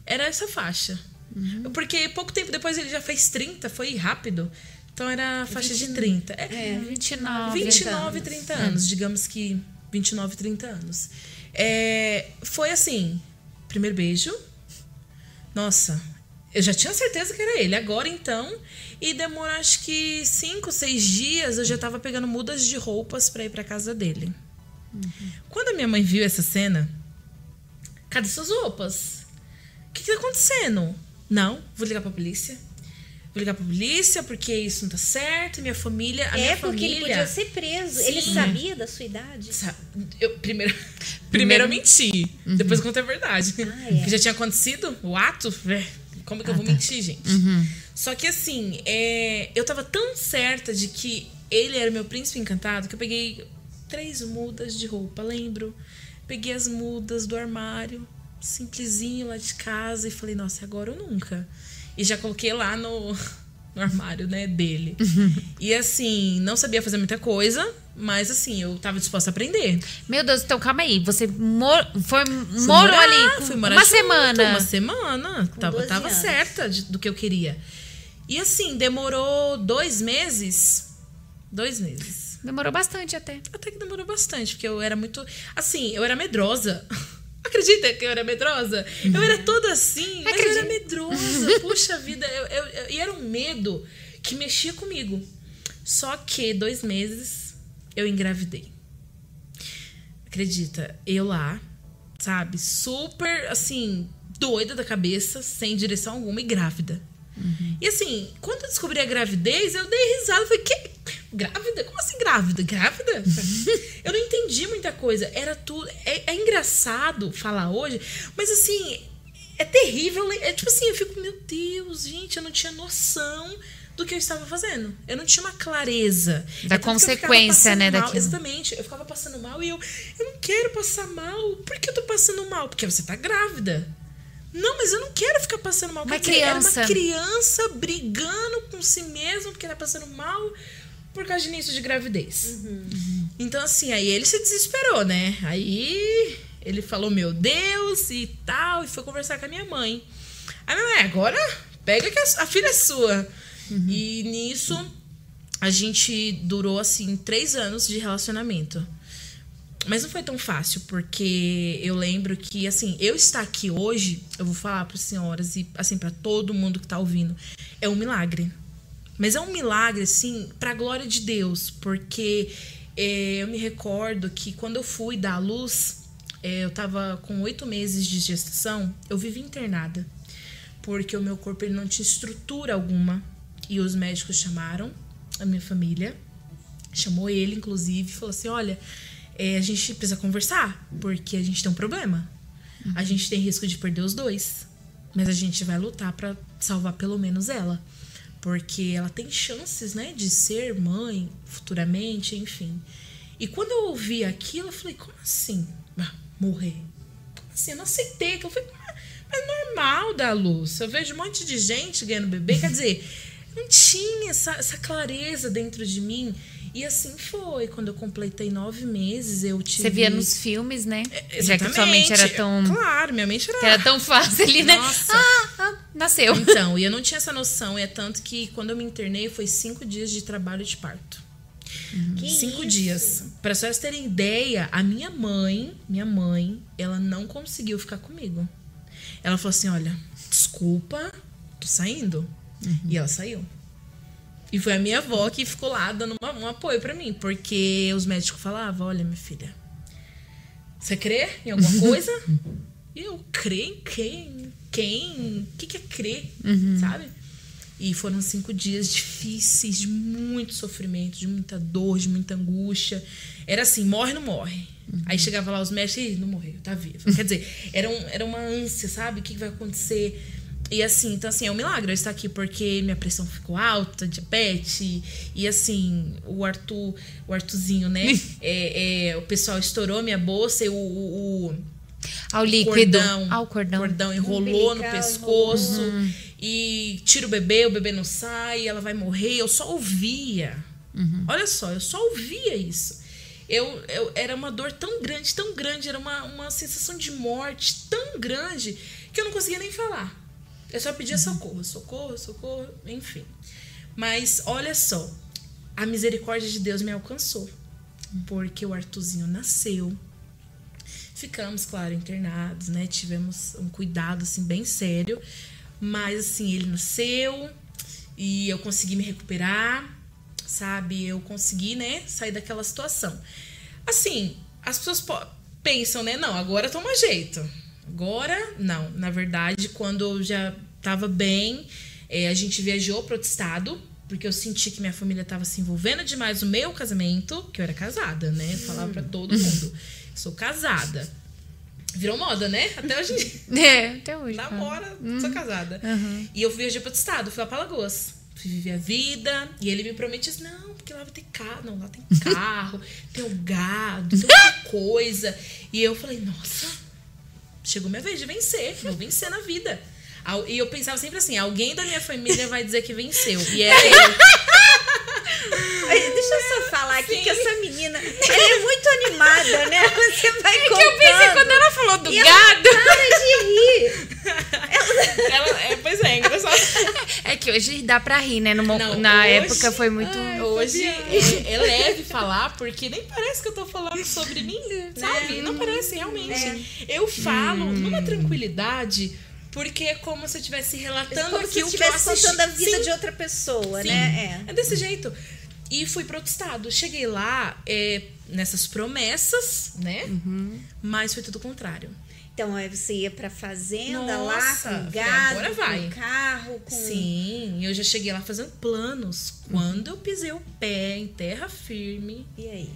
Era essa faixa. Uhum. Porque pouco tempo depois ele já fez trinta, foi rápido. Então era a faixa vinte, de trinta. É, é vinte e nove. vinte e nove, trinta anos. É. Digamos que vinte e nove, trinta anos. É, foi assim, primeiro beijo. Nossa, eu já tinha certeza que era ele. Agora então, e demorou acho que cinco, seis dias, eu já tava pegando mudas de roupas pra ir pra casa dele. Uhum. Quando a minha mãe viu essa cena, cadê suas roupas? O que que tá acontecendo? Não, vou ligar pra polícia. Vou ligar pra polícia porque isso não tá certo. Minha família, a é, minha porque família... ele podia ser preso. Sim. Ele sabia da sua idade? Eu, primeiro, primeiro eu menti. Uhum. Depois eu contei a verdade. Ah, é. Porque já tinha acontecido o ato. Como que ah, eu vou tá. mentir, gente? Uhum. Só que assim, é, eu tava tão certa de que ele era meu príncipe encantado que eu peguei três mudas de roupa, lembro? Peguei as mudas do armário, simplesinho lá de casa, e falei, nossa, agora ou nunca. E já coloquei lá no, no armário, né, dele. Uhum. E assim, não sabia fazer muita coisa, mas assim, eu tava disposta a aprender. Meu Deus, então calma aí. Você mor foi, morou morar, ali fui morar uma junto, semana. Uma semana. Tava, tava certa de, do que eu queria. E assim, demorou dois meses. Dois meses. Demorou bastante até. Até que demorou bastante, porque eu era muito... Assim, eu era medrosa. Acredita que eu era medrosa? Uhum. Eu era toda assim, mas Acredito. eu era medrosa. Puxa vida, eu, eu, eu, e era um medo que mexia comigo. Só que dois meses eu engravidei. Acredita, eu lá, sabe, super, assim, doida da cabeça, sem direção alguma e grávida. Uhum. E assim, quando eu descobri a gravidez, eu dei risada. Falei, que? Grávida? Como assim grávida? Grávida? Eu não entendi muita coisa. Era tudo... É, é engraçado falar hoje, mas assim, é terrível. É tipo assim, eu fico, meu Deus, gente, eu não tinha noção do que eu estava fazendo. Eu não tinha uma clareza. Da é consequência, né? Mal. Daquilo. Exatamente. Eu ficava passando mal e eu, eu não quero passar mal. Por que eu tô passando mal? Porque você tá grávida. Não, mas eu não quero ficar passando mal. Uma criança. Era uma criança brigando com si mesma porque tá passando mal por causa de início de gravidez. Uhum. Uhum. Então, assim, aí ele se desesperou, né? Aí ele falou, meu Deus, e tal, e foi conversar com a minha mãe. Aí minha mãe, agora pega que a filha é sua. Uhum. E nisso, a gente durou, assim, três anos de relacionamento. Mas não foi tão fácil, porque eu lembro que, assim, eu estar aqui hoje, eu vou falar para as senhoras e, assim, para todo mundo que está ouvindo, é um milagre. Mas é um milagre, assim, para a glória de Deus, porque é, eu me recordo que quando eu fui dar à luz, é, eu estava com oito meses de gestação, eu vivi internada, porque o meu corpo ele não tinha estrutura alguma, e os médicos chamaram a minha família, chamou ele, inclusive, e falou assim, olha... É, a gente precisa conversar, porque a gente tem um problema. Uhum. A gente tem risco de perder os dois. Mas a gente vai lutar pra salvar pelo menos ela. Porque ela tem chances, né, de ser mãe futuramente, enfim. E quando eu ouvi aquilo, eu falei, como assim? Ah, morrer? Como assim? Eu não aceitei. Eu falei, mas é normal dar luz. Eu vejo um monte de gente ganhando bebê. Quer dizer, não tinha essa, essa clareza dentro de mim. E assim foi. Quando eu completei nove meses, eu tive... Você via nos filmes, né? É, já que sua mente era tão... Claro, minha mente era... Que era tão fácil ali, né? Nossa. Ah, ah, nasceu. Então, e eu não tinha essa noção. E é tanto que quando eu me internei, foi cinco dias de trabalho de parto. Uhum. Que cinco isso? dias. Para as senhoras terem ideia, a minha mãe, minha mãe, ela não conseguiu ficar comigo. Ela falou assim, olha, desculpa, tô saindo. Uhum. E ela saiu. E foi a minha avó que ficou lá dando uma, um apoio pra mim. Porque os médicos falavam, olha, minha filha, você crê em alguma coisa? E eu, crê em quem? Quem? O que, que é crer? Uhum. Sabe? E foram cinco dias difíceis, de muito sofrimento, de muita dor, de muita angústia. Era assim, morre ou não morre? Uhum. Aí chegava lá os médicos, e não morreu, tá vivo. Quer dizer, era, um, era uma ânsia, sabe? O que, que vai acontecer? E assim, então assim, é um milagre eu estar aqui, porque minha pressão ficou alta, diabetes, e, e assim, o Arthur, o Arthurzinho, né? é, é, o pessoal estourou minha bolsa e o, o, o, ah, o líquido. Cordão, ah, o cordão. cordão enrolou no pescoço, uhum. E tira o bebê, o bebê não sai, ela vai morrer. Eu só ouvia. Uhum. Olha só, eu só ouvia isso. Eu, eu era uma dor tão grande, tão grande, era uma, uma sensação de morte tão grande que eu não conseguia nem falar. Eu só pedia socorro, socorro, socorro, enfim. Mas olha só, a misericórdia de Deus me alcançou, porque o Arthurzinho nasceu. Ficamos, claro, internados, né? Tivemos um cuidado assim bem sério, mas assim, ele nasceu e eu consegui me recuperar. Sabe, eu consegui, né, sair daquela situação. Assim, as pessoas pensam, né, não, agora toma jeito. Agora, não. Na verdade, quando eu já tava bem, é, a gente viajou para outro estado, porque eu senti que minha família tava se envolvendo demais no meu casamento, que eu era casada, né, eu falava para todo mundo, sou casada. Virou moda, né? Até hoje. É, até hoje. Namora, uhum. Sou casada. Uhum. E eu viajei para outro estado, fui lá para Alagoas. Fui viver a vida. E ele me prometia assim, não, porque lá vai ter carro. Não, lá tem carro, tem o gado, tem muita coisa. E eu falei, nossa, chegou minha vez de vencer. Vou vencer na vida. E eu pensava sempre assim, alguém da minha família vai dizer que venceu. E era ele. Deixa eu só falar aqui. Sim. Que essa menina, ela é muito animada, né? Você vai é contando. É que eu pensei, quando ela falou do e gado... Ela para de rir. Ela... ela, é, pois é, engraçado. É que hoje dá pra rir, né? Numa, Não, na hoje, época foi muito... Ai, hoje é, é leve falar, porque nem parece que eu tô falando sobre mim, sabe? É. Não parece, realmente. É. Eu falo hum. numa tranquilidade... Porque é como se eu estivesse relatando como aquilo se que eu assisti. Contando a vida Sim. de outra pessoa, Sim. né? É. é desse jeito. E fui para outro estado. Cheguei lá é, nessas promessas, né? Uhum. Mas foi tudo o contrário. Então, aí você ia pra fazenda. Nossa, lá, com gado, agora vai. com carro, com... Sim, eu já cheguei lá fazendo planos. Quando eu pisei o pé em terra firme... E aí?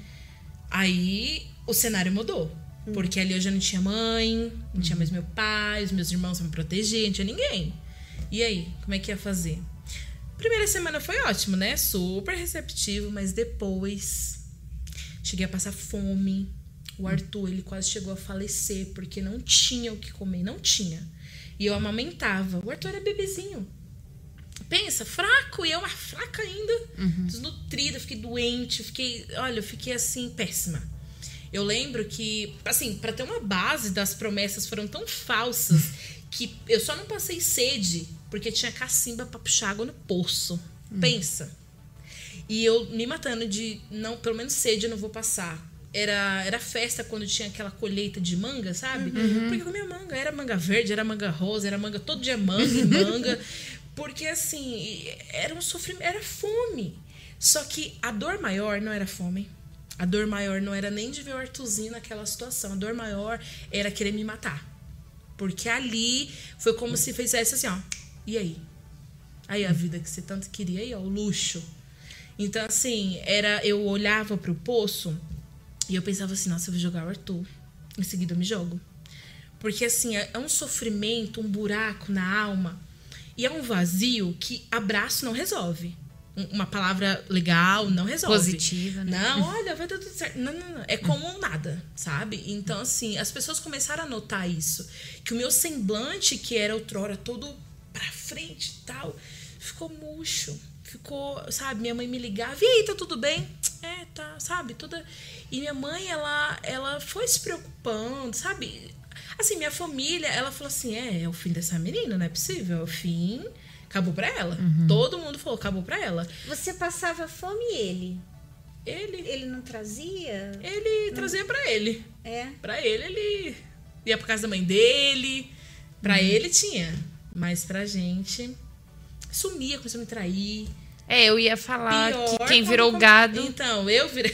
Aí, o cenário mudou. Hum. Porque ali eu já não tinha mãe, não hum. tinha mais meu pai, os meus irmãos pra me proteger, não tinha ninguém. E aí, como é que ia fazer? Primeira semana foi ótimo, né? Super receptivo, mas depois cheguei a passar fome. O Arthur, ele quase chegou a falecer porque não tinha o que comer, não tinha. E eu amamentava. O Arthur era bebezinho. Pensa, fraco, e eu uma fraca ainda. Uhum. Desnutrida, fiquei doente, fiquei, olha, eu fiquei assim, péssima. Eu lembro que, assim, pra ter uma base das promessas foram tão falsas que eu só não passei sede porque tinha cacimba pra puxar água no poço. Hum. Pensa. E eu me matando de, não, pelo menos sede eu não vou passar. Era, era festa quando tinha aquela colheita de manga, sabe? Uhum. Porque eu comia manga. Era manga verde, era manga rosa, era manga, todo dia manga e manga. Porque, assim, era um sofrimento, era fome. Só que a dor maior não era fome. A dor maior não era nem de ver o Arthurzinho naquela situação. A dor maior era querer me matar. Porque ali foi como se fizesse assim, ó. E aí? Aí a vida que você tanto queria, aí, ó, o luxo. Então, assim, era, eu olhava pro poço e eu pensava assim, nossa, eu vou jogar o Arthur. Em seguida eu me jogo. Porque, assim, é um sofrimento, um buraco na alma. E é um vazio que abraço não resolve. Uma palavra legal não resolve. Positiva, né? Não, olha, vai dar tudo certo. Não, não, não. É como um nada, sabe? Então, assim, as pessoas começaram a notar isso. Que o meu semblante, que era outrora todo pra frente e tal, ficou murcho. Ficou, sabe? Minha mãe me ligava. E aí, tá tudo bem? É, tá, sabe? Toda... E minha mãe, ela, ela foi se preocupando, sabe? Assim, minha família, ela falou assim, é, é o fim dessa menina, não é possível? É o fim... Acabou pra ela. Uhum. Todo mundo falou, acabou pra ela. Você passava fome e ele? Ele. Ele não trazia? Ele não... trazia pra ele. É? Pra ele, ele ia pra casa da mãe dele. Pra uhum. ele tinha. Mas pra gente, sumia, começou a me trair. É, eu ia falar Pior, que quem virou como... gado... Então, eu virei...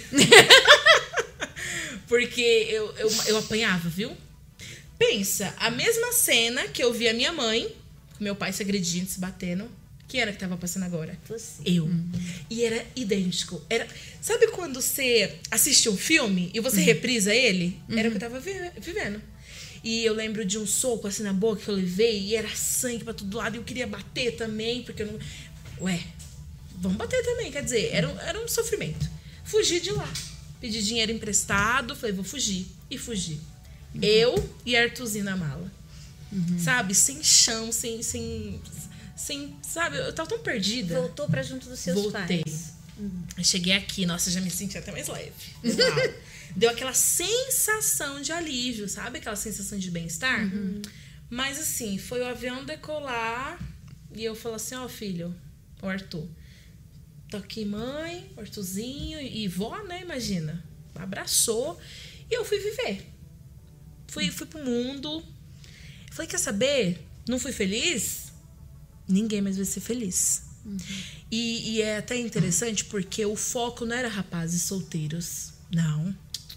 Porque eu, eu, eu apanhava, viu? Pensa, a mesma cena que eu vi a minha mãe... Meu pai se agredindo, se batendo. Quem era que tava passando agora? Você. Eu. Uhum. E era idêntico. Era... Sabe quando você assiste um filme e você uhum. reprisa ele? Uhum. Era o que eu tava vivendo. E eu lembro de um soco assim na boca que eu levei e era sangue pra todo lado. E eu queria bater também, porque eu não... Ué, vamos bater também. Quer dizer, era um, era um sofrimento. Fugi de lá. Pedi dinheiro emprestado. Falei, vou fugir. E fugi. Uhum. Eu e Arthurzinho na mala. Uhum. Sabe? Sem chão, sem, sem, sem... Sabe? Eu tava tão perdida. Voltou pra junto dos seus Voltei. pais. Uhum. Eu cheguei aqui, nossa, já me senti até mais leve. Uau. deu aquela sensação de alívio, sabe? Aquela sensação de bem-estar. Uhum. Mas assim, foi o avião decolar e eu falo assim, ó, oh, filho, o Arthur, tô aqui mãe, o Arthurzinho e vó, né, imagina. Abraçou e eu fui viver. Fui, fui pro mundo. Falei, quer saber? Não fui feliz? Ninguém mais vai ser feliz. Uhum. E, e é até interessante porque o foco não era rapazes solteiros. Não.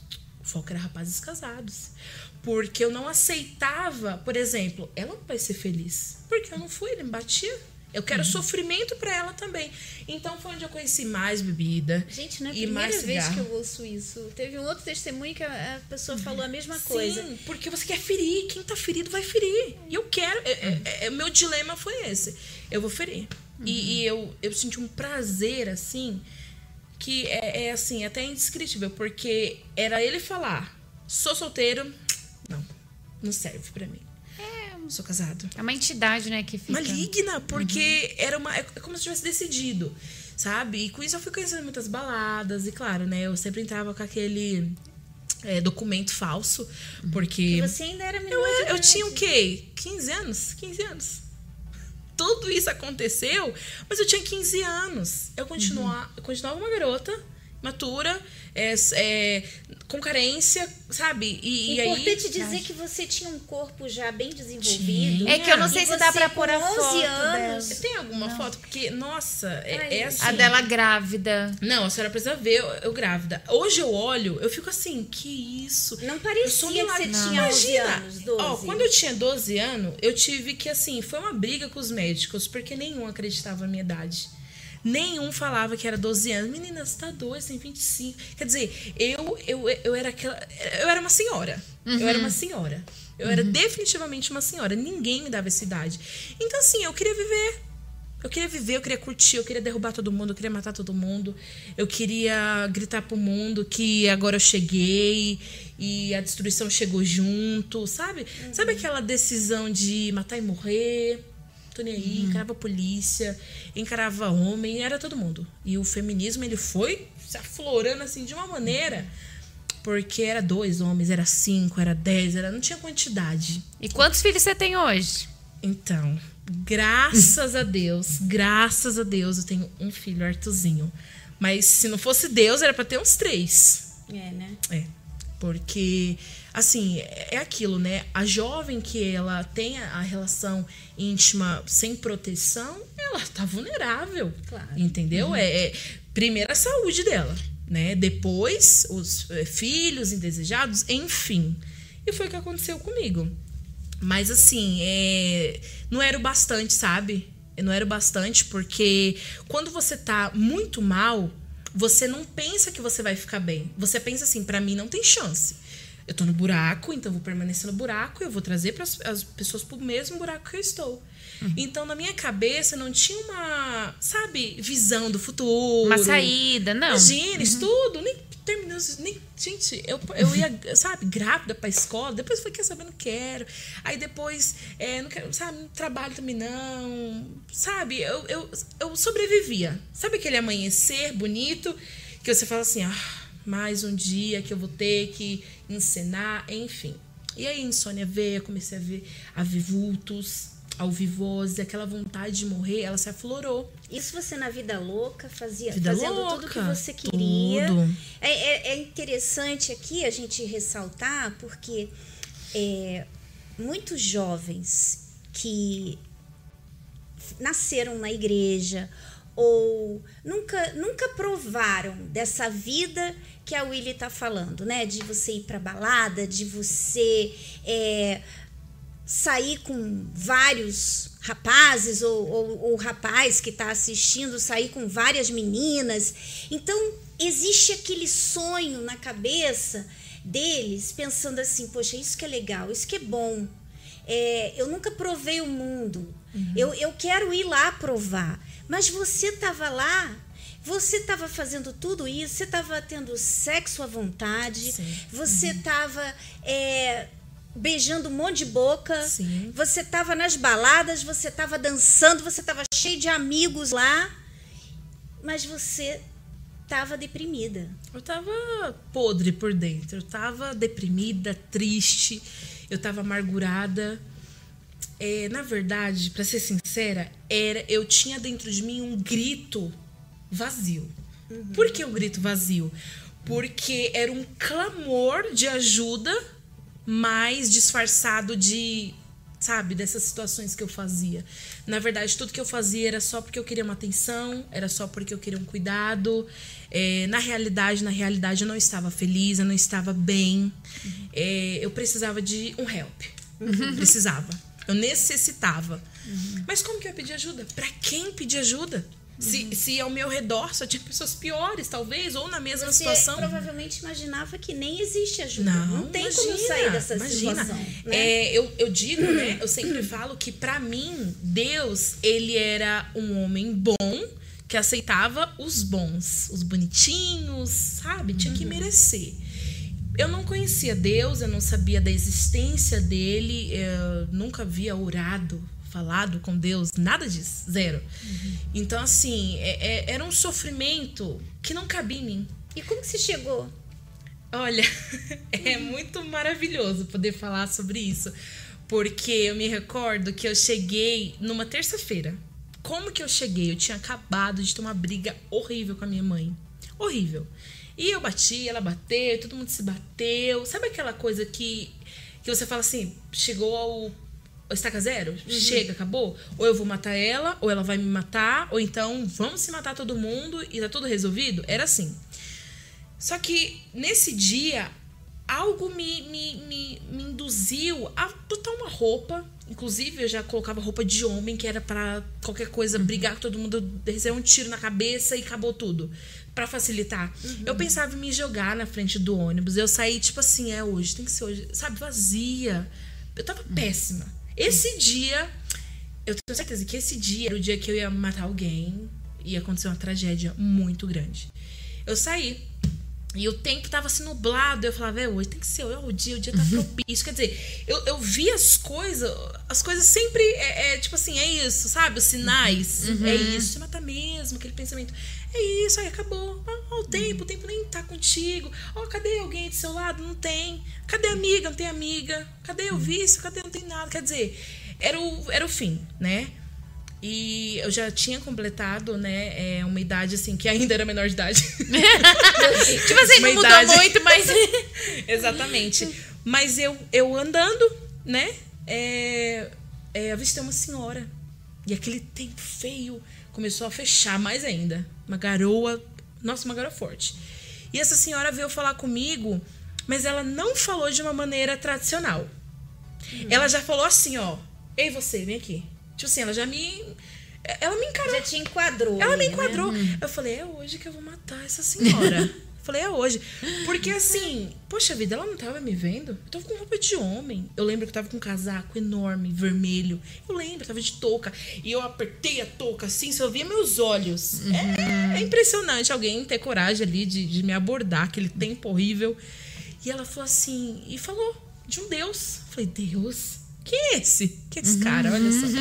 O foco era rapazes casados. Porque eu não aceitava, por exemplo, ela não vai ser feliz. Porque eu não fui, ele me batia. Eu quero uhum. sofrimento pra ela também. Então foi onde eu conheci mais bebida. Gente, não é a e primeira mais vez cigarro. que eu ouço isso. Teve um outro testemunho que a, a pessoa falou a mesma coisa. Sim, porque você quer ferir. Quem tá ferido vai ferir. E eu quero. O é, é, é, meu dilema foi esse. Eu vou ferir. Uhum. E, e eu, eu senti um prazer, assim, que é, é assim, até indescritível. Porque era ele falar, sou solteiro. Não, não serve pra mim. Sou casado. É uma entidade, né, que fica... Maligna, porque uhum. era uma, é como se eu tivesse decidido, sabe? E com isso eu fui conhecendo muitas baladas. E claro, né, eu sempre entrava com aquele é, documento falso, porque... E você ainda era menor. Eu, de era, eu idade. tinha o quê? quinze anos? quinze anos. Tudo isso aconteceu, mas eu tinha quinze anos. Eu continuava, uhum. eu continuava uma garota, matura, é, é, com carência, sabe? E, e importante aí, dizer acho... que você tinha um corpo já bem desenvolvido. É que eu não sei e se dá você, pra pôr a com onze foto anos. dela. Tem alguma não. foto? Porque, nossa, é, Ai, é assim. A dela grávida. Não, a senhora precisa ver eu, eu grávida. Hoje eu olho, eu fico assim, que isso? Não parecia Eu sou que você milagre. tinha onze Imagina, anos, doze. ó, quando eu tinha doze anos, eu tive que, assim, foi uma briga com os médicos, porque nenhum acreditava na minha idade. Nenhum falava que era doze anos. Menina, você tá doida, você tem vinte e cinco. Quer dizer, eu, eu, eu era aquela... Eu era uma senhora. Uhum. Eu era uma senhora. Eu uhum. era definitivamente uma senhora. Ninguém me dava essa idade. Então, assim, eu queria viver. Eu queria viver, eu queria curtir, eu queria derrubar todo mundo, eu queria matar todo mundo. Eu queria gritar pro mundo que agora eu cheguei e a destruição chegou junto, sabe? Uhum. Sabe aquela decisão de matar e morrer? Tô nem aí, uhum. encarava a polícia, encarava homem, era todo mundo. E o feminismo, ele foi se aflorando assim de uma maneira, porque era dois homens, era cinco, era dez, era, não tinha quantidade. E quantos filhos você tem hoje? Então, graças a Deus, graças a Deus, eu tenho um filho, Arthurzinho. Mas se não fosse Deus, era pra ter uns três. É, né? É. Porque, assim, é aquilo, né? A jovem que ela tem a relação íntima sem proteção, ela tá vulnerável. Claro. Entendeu? Uhum. É, é primeiro a saúde dela, né? Depois, os é, filhos indesejados, enfim. E foi o que aconteceu comigo. Mas, assim, é, não era o bastante, sabe? Não era o bastante, porque quando você tá muito mal, você não pensa que você vai ficar bem. Você pensa assim, pra mim não tem chance. Eu tô no buraco, então eu vou permanecer no buraco e eu vou trazer para as pessoas pro mesmo buraco que eu estou. Uhum. Então, na minha cabeça, não tinha uma, sabe, visão do futuro. Uma saída, não. Imagina, uhum. estudo, nem terminou, nem, gente, eu, eu ia, sabe, grávida pra escola, depois foi, quer saber, não quero. Aí depois, é, não quero, sabe, não trabalho também não, sabe, eu, eu, eu sobrevivia. Sabe aquele amanhecer bonito que você fala assim, ah, mais um dia que eu vou ter que encenar, enfim. E aí a insônia veio, eu comecei a ver, a ver vultos, alvivose, aquela vontade de morrer, ela se aflorou. Isso você na vida louca fazia, vida fazendo louca, tudo que você queria. Tudo. É, é, é interessante aqui a gente ressaltar, porque é, muitos jovens que nasceram na igreja ou nunca, nunca provaram dessa vida que a Willy está falando, né? De você ir para balada, de você é, sair com vários rapazes ou, ou, ou rapaz que está assistindo sair com várias meninas. Então, existe aquele sonho na cabeça deles, pensando assim, poxa, isso que é legal, isso que é bom. É, eu nunca provei o mundo. Uhum. Eu, eu quero ir lá provar. Mas você estava lá, você estava fazendo tudo isso, você estava tendo sexo à vontade, Sim. você estava uhum. é, beijando um monte de boca, Sim. você estava nas baladas, você estava dançando, você estava cheio de amigos lá, mas você tava deprimida. Eu tava podre por dentro. Eu tava deprimida, triste. Eu tava amargurada. É, na verdade, pra ser sincera, era, eu tinha dentro de mim um grito vazio. Uhum. Por que um grito vazio? Porque era um clamor de ajuda, mais disfarçado de, sabe, dessas situações que eu fazia. Na verdade, tudo que eu fazia era só porque eu queria uma atenção, era só porque eu queria um cuidado. É, na realidade, na realidade, eu não estava feliz, eu não estava bem. Uhum. É, eu precisava de um help. Uhum. Precisava. Eu necessitava. Uhum. Mas como que eu ia pedir ajuda? Pra quem pedir ajuda? Se, uhum. se ao meu redor só tinha pessoas piores, talvez, ou na mesma Você situação. Você provavelmente imaginava que nem existe ajuda. Não, não tem imagina, como sair dessa imagina. situação. Né? É, eu, eu digo, né? Eu sempre falo que, pra mim, Deus, ele era um homem bom que aceitava os bons, os bonitinhos, sabe? Tinha que merecer. Eu não conhecia Deus, eu não sabia da existência dele, eu nunca havia orado, falado com Deus, nada disso, zero. Uhum. Então, assim, é, é, era um sofrimento que não cabia em mim. E como que você chegou? Olha, é muito maravilhoso poder falar sobre isso, porque eu me recordo que eu cheguei numa terça-feira. Como que eu cheguei? Eu tinha acabado de ter uma briga horrível com a minha mãe. Horrível. E eu bati, ela bateu, todo mundo se bateu. Sabe aquela coisa que, que você fala assim, chegou ao estaca zero? Uhum. Chega, acabou? Ou eu vou matar ela, ou ela vai me matar, ou então vamos se matar todo mundo e tá tudo resolvido? Era assim. Só que nesse dia, algo me, me, me, me induziu a botar uma roupa. Inclusive, eu já colocava roupa de homem, que era pra qualquer coisa, uhum. brigar com todo mundo, receber um tiro na cabeça e acabou tudo. Pra facilitar. Uhum. Eu pensava em me jogar na frente do ônibus. Eu saí, tipo assim, é hoje, tem que ser hoje. Sabe, vazia. Eu tava uhum. péssima. Esse dia, eu tenho certeza que esse dia era o dia que eu ia matar alguém. Ia acontecer uma tragédia muito grande. Eu saí. E o tempo tava assim nublado. Eu falava, é hoje, tem que ser hoje, o dia, o dia tá propício. Quer dizer, eu, eu vi as coisas, as coisas sempre, é, é tipo assim, é isso, sabe? Os sinais, uhum. é isso, você mata mesmo, aquele pensamento. É isso, aí acabou. Ó, o tempo, o tempo nem tá contigo. Ó, cadê alguém do seu lado? Não tem. Cadê a amiga? Não tem amiga. Cadê o vício? Cadê? Não tem nada. Quer dizer, era o, era o fim, né? E eu já tinha completado, né, é, uma idade, assim, que ainda era menor de idade. Tipo assim, não mudou idade... muito, mas... Exatamente. Mas eu, eu andando, né, é, é, avistei uma senhora. E aquele tempo feio começou a fechar mais ainda. Uma garoa, nossa, uma garoa forte. E essa senhora veio falar comigo, mas ela não falou de uma maneira tradicional. Hum. Ela já falou assim, ó, ei você, vem aqui. Tipo assim, ela já me... Ela me encarou. Já te enquadrou. Ela ali, me enquadrou. Né? Eu falei, é hoje que eu vou matar essa senhora. Eu falei, é hoje. Porque assim, poxa vida, ela não tava me vendo. Eu tava com roupa de homem. Eu lembro que eu tava com um casaco enorme, vermelho. Eu lembro, eu tava de touca. E eu apertei a touca assim, só via meus olhos. Uhum. É, é impressionante alguém ter coragem ali de, de me abordar, aquele tempo horrível. E ela falou assim, e falou de um Deus. Eu falei, Deus? Quem é esse? Quem é esse cara? Olha só.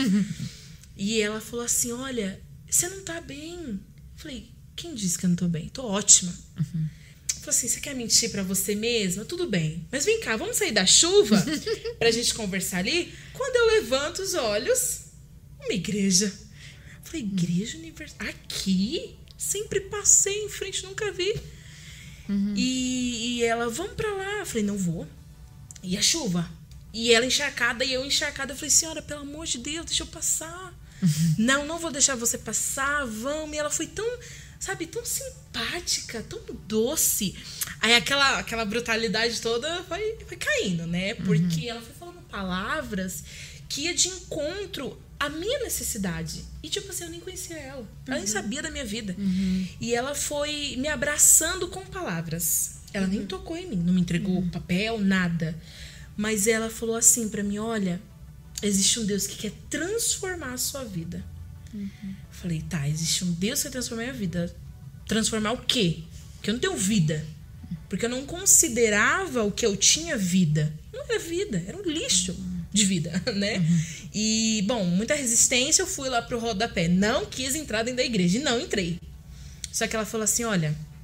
E ela falou assim, olha, você não tá bem. Eu falei, quem disse que eu não tô bem? Tô ótima. Uhum. Falou assim, você quer mentir pra você mesma? Tudo bem. Mas vem cá, vamos sair da chuva pra gente conversar ali? Quando eu levanto os olhos, uma igreja. Eu falei, igreja universal? Aqui? Sempre passei em frente, nunca vi. Uhum. E, e ela, vamos pra lá. Eu falei, não vou. E a chuva? E ela encharcada e eu encharcada. Eu falei, senhora, pelo amor de Deus, deixa eu passar. Uhum. Não, não vou deixar você passar, vamos. E ela foi tão, sabe, tão simpática, tão doce. Aí aquela, aquela brutalidade toda foi, foi caindo, né? Porque uhum. ela foi falando palavras que ia de encontro à minha necessidade. E tipo assim, eu nem conhecia ela. Ela uhum. nem sabia da minha vida. Uhum. E ela foi me abraçando com palavras. Ela uhum. nem tocou em mim, não me entregou uhum. papel, nada. Mas ela falou assim pra mim, olha, existe um Deus que quer transformar a sua vida. Uhum. Falei, tá, existe um Deus que quer transformar a minha vida. Transformar o quê? Porque eu não tenho vida. Porque eu não considerava o que eu tinha vida. Não era vida, era um lixo uhum. de vida, né? Uhum. E, bom, muita resistência, eu fui lá pro rodapé. Não quis entrar dentro da igreja e não entrei. Só que ela falou assim, olha,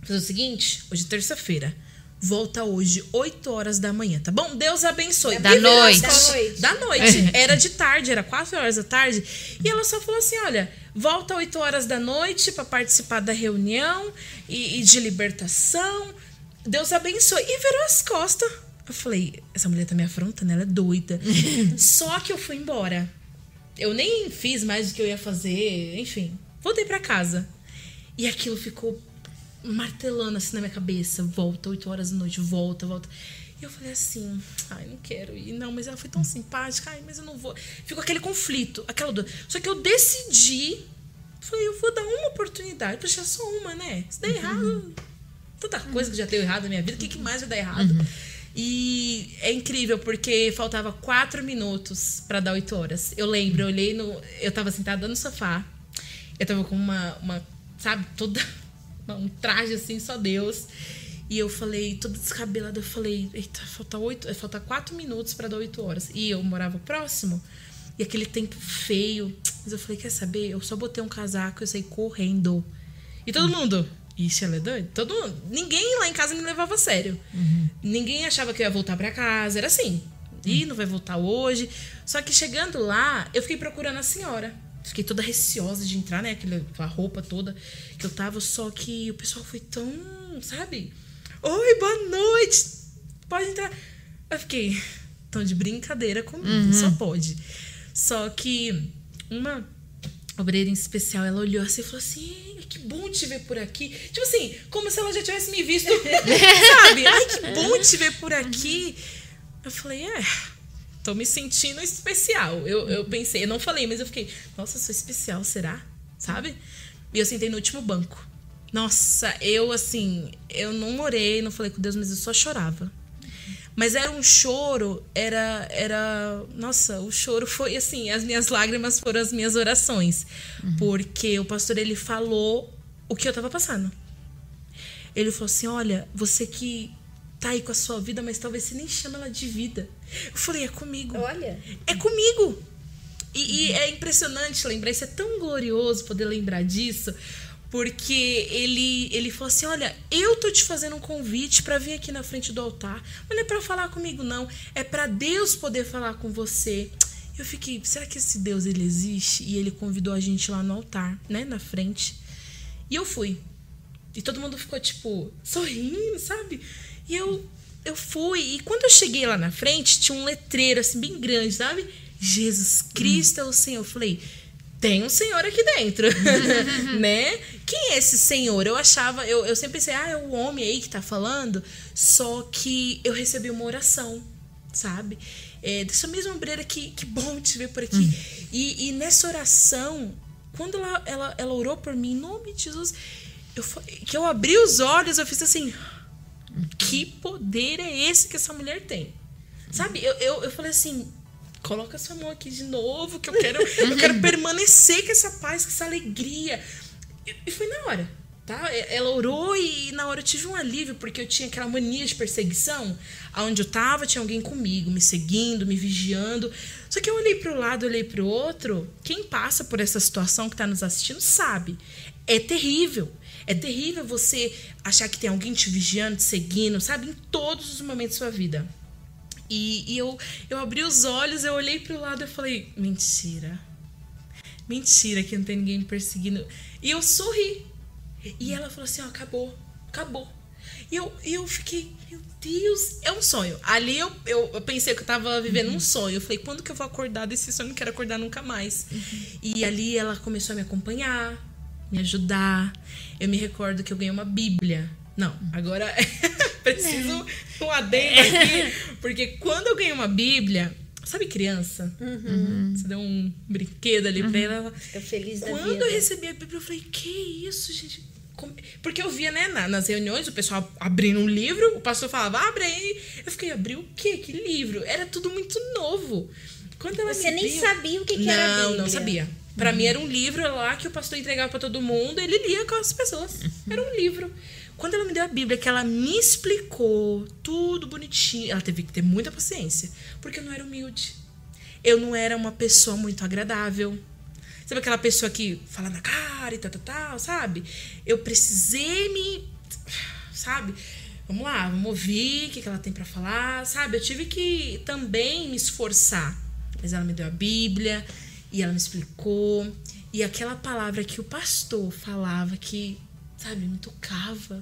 Faz o seguinte, hoje é terça-feira. Volta hoje, oito horas da manhã, tá bom? Deus abençoe. Da noite. Da noite. Da noite. Era de tarde, era quatro horas da tarde. E ela só falou assim, olha, volta oito horas da noite para participar da reunião e, e de libertação. Deus abençoe. E virou as costas. Eu falei, essa mulher tá me afrontando, ela é doida. Só que eu fui embora. Eu nem fiz mais do que eu ia fazer, enfim. Voltei para casa. E aquilo ficou martelando assim na minha cabeça. Volta, oito horas da noite, volta, volta. E eu falei assim, ai, não quero ir. Não, mas ela foi tão simpática. Ai, mas eu não vou. Ficou aquele conflito, aquela dor. Só que eu decidi, falei, eu vou dar uma oportunidade. Poxa, só uma, né? Se der uhum. errado, tanta coisa que já deu errado na minha vida, o que, que mais vai dar errado? Uhum. E é incrível, porque faltava quatro minutos pra dar oito horas. Eu lembro, eu olhei no... Eu tava sentada no sofá. Eu tava com uma, uma sabe, toda... um traje assim, só Deus. E eu falei, toda descabelada, eu falei, eita, falta, oito, falta quatro minutos pra dar oito horas. E eu morava próximo, e aquele tempo feio. Mas eu falei, quer saber? Eu só botei um casaco e eu saí correndo. E todo mundo, ixi, ela é doida? Todo mundo, ninguém lá em casa me levava a sério. Uhum. Ninguém achava que eu ia voltar pra casa. Era assim, ih, uhum. não vai voltar hoje. Só que chegando lá, eu fiquei procurando a senhora. Fiquei toda receosa de entrar, né? Aquela, aquela roupa toda que eu tava. Só que o pessoal foi tão, sabe? Oi, boa noite. Pode entrar. Eu fiquei tão de brincadeira comigo. Uhum. Só pode. Só que uma obreira em especial, ela olhou assim e falou assim, que bom te ver por aqui. Tipo assim, como se ela já tivesse me visto. Sabe? Ai, que bom te ver por aqui. Eu falei, é... tô me sentindo especial. Eu, eu pensei, eu não falei, mas eu fiquei, nossa, sou especial, será? Sabe? E eu sentei no último banco. Nossa, eu assim, eu não orei, não falei com Deus, mas eu só chorava. Mas era um choro, era, era... Nossa, o choro foi assim, as minhas lágrimas foram as minhas orações. Uhum. Porque o pastor, ele falou o que eu tava passando. Ele falou assim, olha, você que... tá aí com a sua vida, mas talvez você nem chama ela de vida. Eu falei, é comigo. Olha. É comigo. E, uhum. e é impressionante lembrar, isso é tão glorioso poder lembrar disso, porque ele, ele falou assim, olha, eu tô te fazendo um convite pra vir aqui na frente do altar, mas não é pra falar comigo não, é pra Deus poder falar com você. Eu fiquei, será que esse Deus, ele existe? E ele convidou a gente lá no altar, né, na frente. E eu fui. E todo mundo ficou, tipo, sorrindo, sabe? E eu, eu fui, e quando eu cheguei lá na frente, tinha um letreiro, assim, bem grande, sabe? Jesus Cristo hum. é o Senhor. Eu falei, tem um Senhor aqui dentro, né? Quem é esse Senhor? Eu achava, eu, eu sempre pensei, ah, é o homem aí que tá falando, só que eu recebi uma oração, sabe? É, dessa mesma obreira, que, que bom te ver por aqui. Hum. E, e nessa oração, quando ela, ela, ela orou por mim, em nome de Jesus, eu, que eu abri os olhos, eu fiz assim... Que poder é esse que essa mulher tem? Sabe? Eu, eu, eu falei assim, coloca sua mão aqui de novo, que eu quero, eu quero permanecer com essa paz, com essa alegria. E, e foi na hora, tá? Ela orou e na hora eu tive um alívio, porque eu tinha aquela mania de perseguição. Aonde eu tava, tinha alguém comigo, me seguindo, me vigiando. Só que eu olhei para o lado, olhei para o outro. Quem passa por essa situação que está nos assistindo sabe. É terrível. É terrível você achar que tem alguém te vigiando, te seguindo, sabe? Em todos os momentos da sua vida. E, e eu, eu abri os olhos, eu olhei pro lado e falei, mentira. Mentira que não tem ninguém me perseguindo. E eu sorri. E ela falou assim, ó, acabou, acabou. E eu, eu fiquei, meu Deus, é um sonho. Ali eu, eu, eu pensei que eu tava vivendo uhum. um sonho. Eu falei, quando que eu vou acordar desse sonho? Não quero acordar nunca mais. Uhum. E ali ela começou a me acompanhar, me ajudar. Eu me recordo que eu ganhei uma Bíblia. Não, agora preciso um adendo aqui. Porque quando eu ganhei uma Bíblia, sabe criança? Uhum. Você deu um brinquedo ali uhum. pra ela. Fica feliz da Quando vida. eu recebi a Bíblia, eu falei, que isso, gente? Porque eu via, né, nas reuniões, o pessoal abrindo um livro, o pastor falava, abre aí. Eu fiquei, abri o quê? Que livro? Era tudo muito novo. Quando ela Você me nem deu... sabia o que, que não, era a Bíblia. Não, não sabia. Pra uhum. mim era um livro lá que o pastor entregava pra todo mundo, ele lia com as pessoas. Uhum. Era um livro. Quando ela me deu a Bíblia, que ela me explicou tudo bonitinho, ela teve que ter muita paciência, porque eu não era humilde. Eu não era uma pessoa muito agradável. Sabe aquela pessoa que fala na cara e tal, tal, tal, sabe? Eu precisei me... sabe? Vamos lá, vamos ouvir o que, que ela tem pra falar, sabe? Eu tive que também me esforçar. Mas ela me deu a Bíblia e ela me explicou. E aquela palavra que o pastor falava que, sabe, me tocava,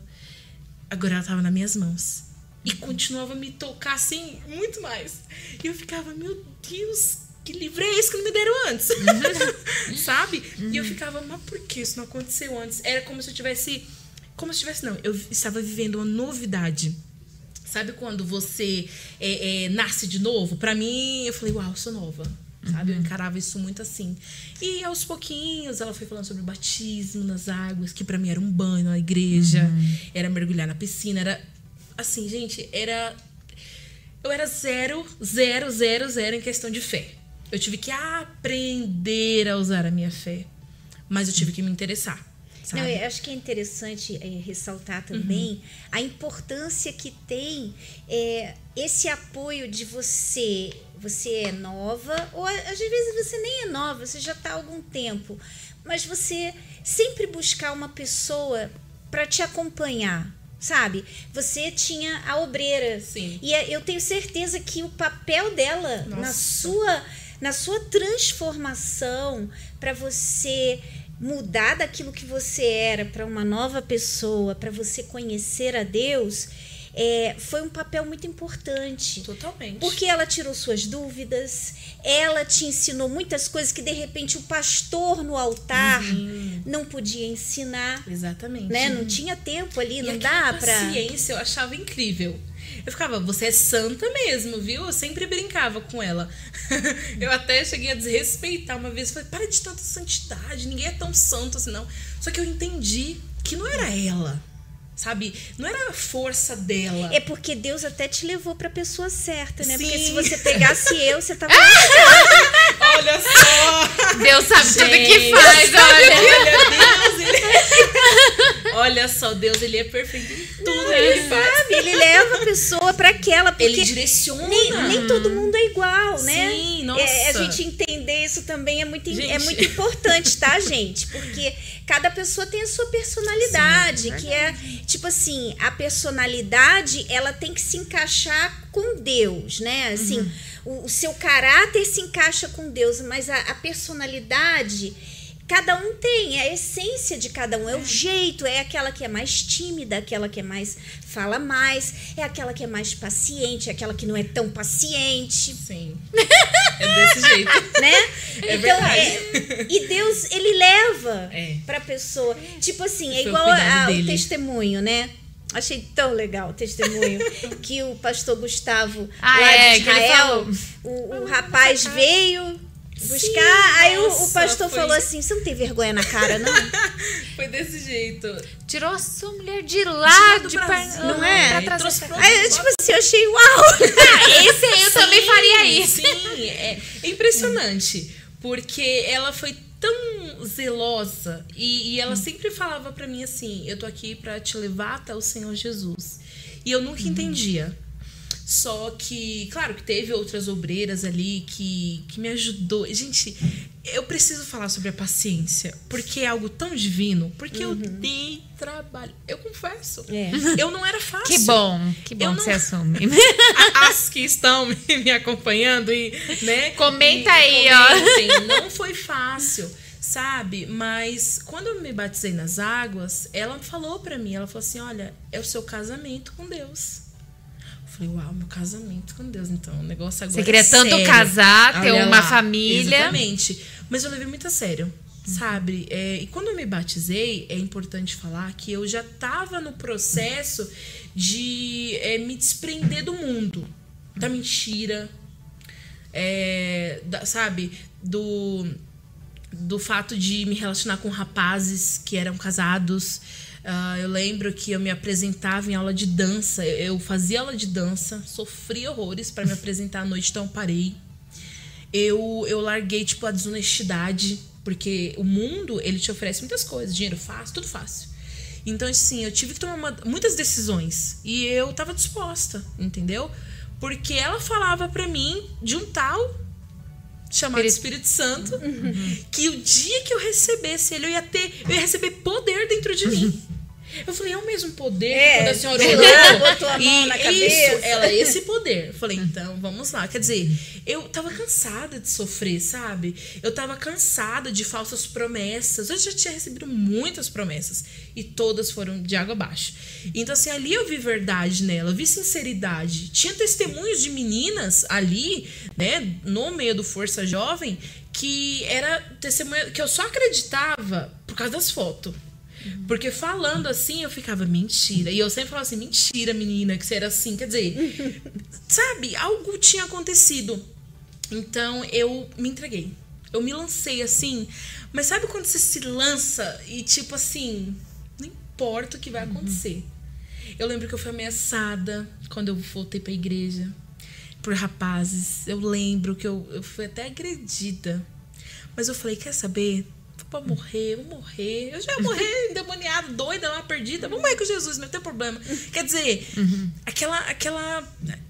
agora ela tava nas minhas mãos. E continuava a me tocar, assim, muito mais. E eu ficava, meu Deus, que livro é esse que não me deram antes? Uhum. Sabe? Uhum. E eu ficava, mas por que isso não aconteceu antes? Era como se eu tivesse... Como se eu tivesse, não. Eu estava vivendo uma novidade. Sabe quando você é, é, nasce de novo? Pra mim, eu falei, uau, eu sou nova. Sabe? Uhum. Eu encarava isso muito assim. E aos pouquinhos, ela foi falando sobre o batismo nas águas, que pra mim era um banho na igreja. Uhum. Era mergulhar na piscina, era... Assim, gente, era... Eu era zero, zero, zero, zero em questão de fé. Eu tive que aprender a usar a minha fé. Mas eu tive que me interessar, sabe? Não, eu acho que é interessante é, ressaltar também uhum. a importância que tem é, esse apoio de você. Você é nova, ou às vezes você nem é nova, você já está há algum tempo. Mas você sempre buscar uma pessoa para te acompanhar. Sabe? Você tinha a obreira. Sim. E eu tenho certeza que o papel dela na sua, na sua transformação para você mudar daquilo que você era para uma nova pessoa, para você conhecer a Deus, é, foi um papel muito importante. Totalmente. Porque ela tirou suas dúvidas, ela te ensinou muitas coisas que de repente o pastor no altar uhum. não podia ensinar. Exatamente. Né? Não tinha tempo ali, e não dá pra... paciência eu achava incrível. Eu ficava, você é santa mesmo, viu? Eu sempre brincava com ela. Eu até cheguei a desrespeitar uma vez. Falei, para de tanta santidade, ninguém é tão santo assim, não. Só que eu entendi que não era ela. Sabe? Não era a força dela. É porque Deus até te levou pra pessoa certa, né? Sim. Porque se você pegasse eu, você tava... Olha só! Deus sabe Gente, tudo que faz, olha. Deus, ele... Olha só, Deus, ele é perfeito em tudo Não, que ele faz. Sabe? Ele leva a pessoa pra aquela, porque ele direciona. Nem, nem todo mundo é igual, né? Sim, nossa. É, a gente entender isso também é muito, Gente. é muito importante, tá, gente? Porque cada pessoa tem a sua personalidade, Sim, é que é, tipo assim, a personalidade, ela tem que se encaixar com Deus, né? Assim, uhum. o, o seu caráter se encaixa com Deus, mas a, a personalidade... Cada um tem, é a essência de cada um, é o jeito, é aquela que é mais tímida, aquela que é mais fala mais, é aquela que é mais paciente, é aquela que não é tão paciente. Sim. É desse jeito. Né? É então, verdade. É, e Deus, ele leva é. pra pessoa. Tipo assim, é Foi igual o a, dele. o testemunho, né? Achei tão legal o testemunho que o pastor Gustavo ah, lá é, de Israel, o, o rapaz veio buscar, Sim, aí nossa, o, o pastor foi... falou assim, você não tem vergonha na cara, não? Foi desse jeito. Tirou a sua mulher de lá, de par... Não é? Pra aí, tipo assim, eu achei uau! Ah, esse aí eu sim, também faria isso. Sim, é, é impressionante, porque ela foi tão zelosa e, e ela hum. sempre falava pra mim assim, eu tô aqui pra te levar até o Senhor Jesus. E eu nunca hum. entendia. Só que, claro que teve outras obreiras ali que, que me ajudou. Gente, eu preciso falar sobre a paciência, porque é algo tão divino, porque uhum. eu dei trabalho. Eu confesso. É. Eu não era fácil. Que bom, que bom eu que não... você assume. As que estão me acompanhando e, né? Comenta e, aí, comentem. ó. Não foi fácil, sabe? Mas quando eu me batizei nas águas, ela falou pra mim, ela falou assim, olha, é o seu casamento com Deus. Falei, uau, meu casamento com Deus. Então, o negócio agora Você queria é tanto sério. casar, ter Olha uma lá. família. Exatamente. Mas eu levei muito a sério, uhum. sabe? É, e quando eu me batizei, é importante falar que eu já estava no processo de é, me desprender do mundo. Da mentira. É, da, sabe? Do, do fato de me relacionar com rapazes que eram casados. Uh, eu lembro que eu me apresentava em aula de dança. Eu fazia aula de dança, sofri horrores para me apresentar à noite, então eu parei. Eu, eu larguei, tipo, a desonestidade, porque o mundo, ele te oferece muitas coisas, dinheiro fácil, tudo fácil. Então, assim, eu tive que tomar uma, muitas decisões e eu tava disposta, entendeu? Porque ela falava pra mim de um tal chamado Espírito, Espírito Santo, uhum. que o dia que eu recebesse ele, eu ia ter, eu ia receber poder dentro de mim. Eu falei, é o mesmo poder É, que quando a senhora de orou. lá, botou a mão E na isso, cabeça. ela, esse poder. Eu falei, então, vamos lá. Quer dizer, eu tava cansada de sofrer, sabe? Eu tava cansada de falsas promessas. Eu já tinha recebido muitas promessas. E todas foram de água abaixo. Então, assim, ali eu vi verdade nela, eu vi sinceridade. Tinha testemunhos de meninas ali, né, no meio do Força Jovem, que era testemunha que eu só acreditava por causa das fotos. Porque falando assim, eu ficava, mentira. E eu sempre falava assim, mentira, menina, que você era assim. Quer dizer, sabe, algo tinha acontecido. Então, eu me entreguei. Eu me lancei assim. Mas sabe quando você se lança e tipo assim, não importa o que vai acontecer. Uhum. Eu lembro que eu fui ameaçada quando eu voltei pra igreja por rapazes. Eu lembro que eu, eu fui até agredida. Mas eu falei, quer saber? Vou morrer, vou morrer. Eu já ia morrer endemoniada, doida, lá, perdida. Vamos morrer com Jesus, não tem problema. Quer dizer, uhum. aquela, aquela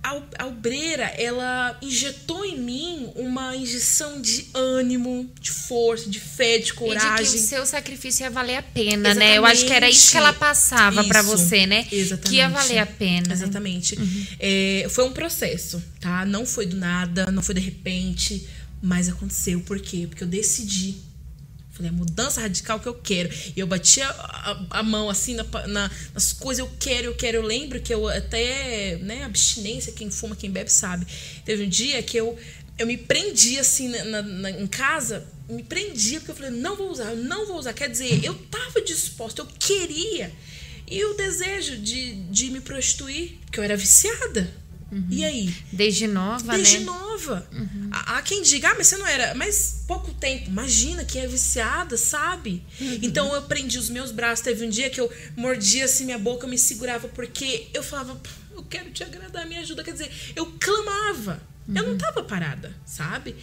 a obreira, ela injetou em mim uma injeção de ânimo, de força, de fé, de coragem. E de que o seu sacrifício ia valer a pena, exatamente, né? Eu acho que era isso que ela passava para você, né? Exatamente. Que ia valer a pena. Exatamente. Né? Uhum. É, foi um processo, tá? Não foi do nada, não foi de repente, mas aconteceu. Por quê? Porque eu decidi. Falei, a mudança radical que eu quero. E eu batia a, a mão assim na, na, nas coisas, eu quero, eu quero. Eu lembro que eu até, né, abstinência, quem fuma, quem bebe sabe. Teve um dia que eu, eu me prendi assim na, na, em casa, me prendia, porque eu falei, não vou usar, não vou usar. Quer dizer, eu tava disposta, eu queria. E o desejo de, de me prostituir, porque eu era viciada. Uhum. E aí? Desde nova, Desde né? nova. Uhum. Há quem diga, ah, mas você não era. Mas pouco tempo. Imagina quem é viciada, sabe? Uhum. Então eu prendi os meus braços. Teve um dia que eu mordia assim minha boca, eu me segurava, porque eu falava, eu quero te agradar, me ajuda. Quer dizer, eu clamava. Uhum. Eu não tava parada, sabe?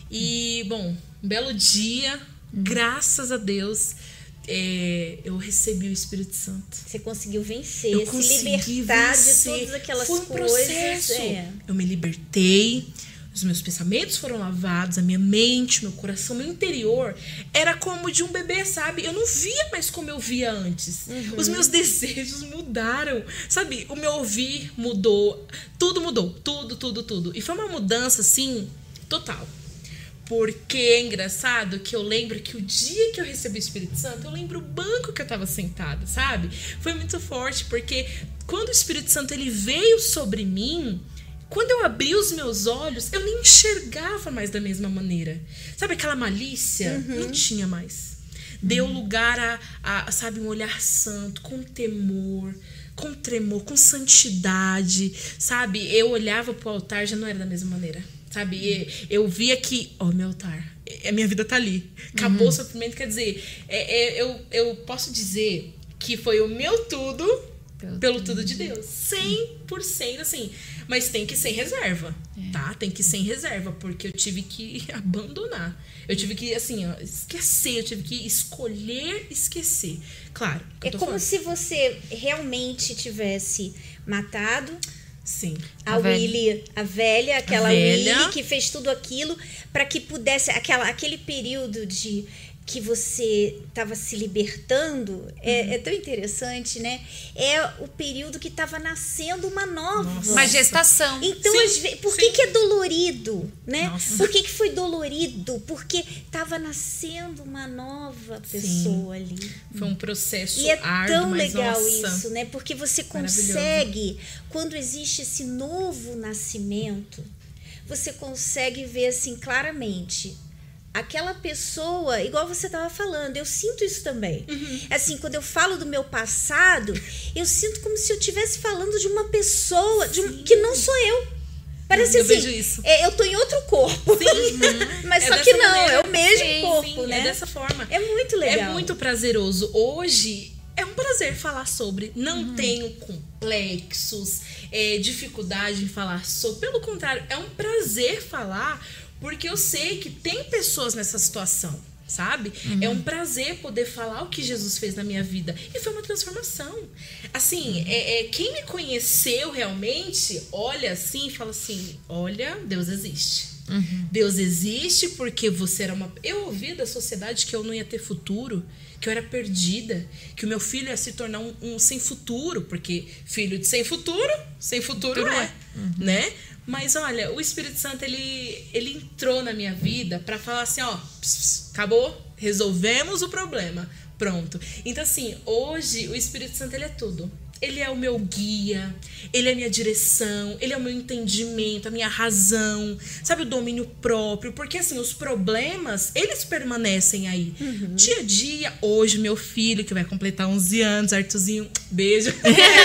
E, bom, um belo dia, uhum. graças a Deus. É, eu recebi o Espírito Santo. Você conseguiu vencer, eu se libertar vencer. de todas aquelas Foi um coisas. Processo. É. Eu me libertei, os meus pensamentos foram lavados, a minha mente, meu coração, meu interior era como de um bebê, sabe? Eu não via mais como eu via antes. Uhum. Os meus desejos mudaram, sabe? O meu ouvir mudou, tudo mudou, tudo, tudo, tudo. E foi uma mudança assim, total. Porque é engraçado que eu lembro que o dia que eu recebi o Espírito Santo, eu lembro o banco que eu tava sentada, sabe? Foi muito forte, porque quando o Espírito Santo ele veio sobre mim, quando eu abri os meus olhos, eu nem enxergava mais da mesma maneira. Sabe aquela malícia? Uhum. Não tinha mais. Deu lugar a, a, sabe, um olhar santo, com temor, com tremor, com santidade, sabe? Eu olhava pro altar, já não era da mesma maneira. Sabe, eu via que, ó, oh, meu altar, a minha vida tá ali. Acabou uhum. o sofrimento, quer dizer, é, é, eu, eu posso dizer que foi o meu tudo pelo, pelo tudo de Deus. cem por cento, assim. Mas tem que ser reserva, é. tá? Tem que ser em reserva, porque eu tive que abandonar. Eu tive que, assim, ó, esquecer, eu tive que escolher esquecer. Claro. É como falando. se você realmente tivesse matado... Sim. A, a Willy, a velha, aquela a velha. Willy que fez tudo aquilo para que pudesse, aquela, aquele período de que você estava se libertando, uhum. é, é tão interessante, né? É o período que estava nascendo uma nova. Nossa. Uma gestação. Então, sim, às vezes, por que, que é dolorido, né? Nossa. Por que, que foi dolorido? Porque estava nascendo uma nova pessoa sim. ali. Foi um processo e é árduo, tão mas legal nossa. isso, né? Porque você consegue, quando existe esse novo nascimento, você consegue ver assim claramente aquela pessoa, igual você estava falando, eu sinto isso também. Uhum. Assim, quando eu falo do meu passado, eu sinto como se eu estivesse falando de uma pessoa de um, que não sou eu. Parece eu assim, vejo isso. É, eu tô em outro corpo. Sim. Uhum. Mas é só que não, maneira. é o mesmo sim, corpo, sim, né? É dessa forma. É muito legal. É muito prazeroso. Hoje é um prazer falar sobre. Não uhum. tenho complexos, é, dificuldade em falar sobre. Pelo contrário, é um prazer falar. Porque eu sei que tem pessoas nessa situação. sabe? Uhum. É um prazer poder falar o que Jesus fez na minha vida. E foi uma transformação. Assim, uhum. é, é, quem me conheceu realmente, olha assim e fala assim, olha, Deus existe. Uhum. Deus existe porque você era uma... Eu ouvi da sociedade que eu não ia ter futuro, que eu era perdida, que o meu filho ia se tornar um, um sem futuro, porque filho de sem futuro, sem futuro, futuro é, uhum. né? Mas olha, o Espírito Santo, ele, ele entrou na minha vida pra falar assim, ó, pss, pss, acabou, resolvemos o problema, pronto. Então assim, hoje o Espírito Santo, ele é tudo. Ele é o meu guia, ele é a minha direção, ele é o meu entendimento, a minha razão, sabe, o domínio próprio. Porque, assim, os problemas, eles permanecem aí. Uhum. Dia a dia, hoje, meu filho, que vai completar onze anos, Arthurzinho, beijo.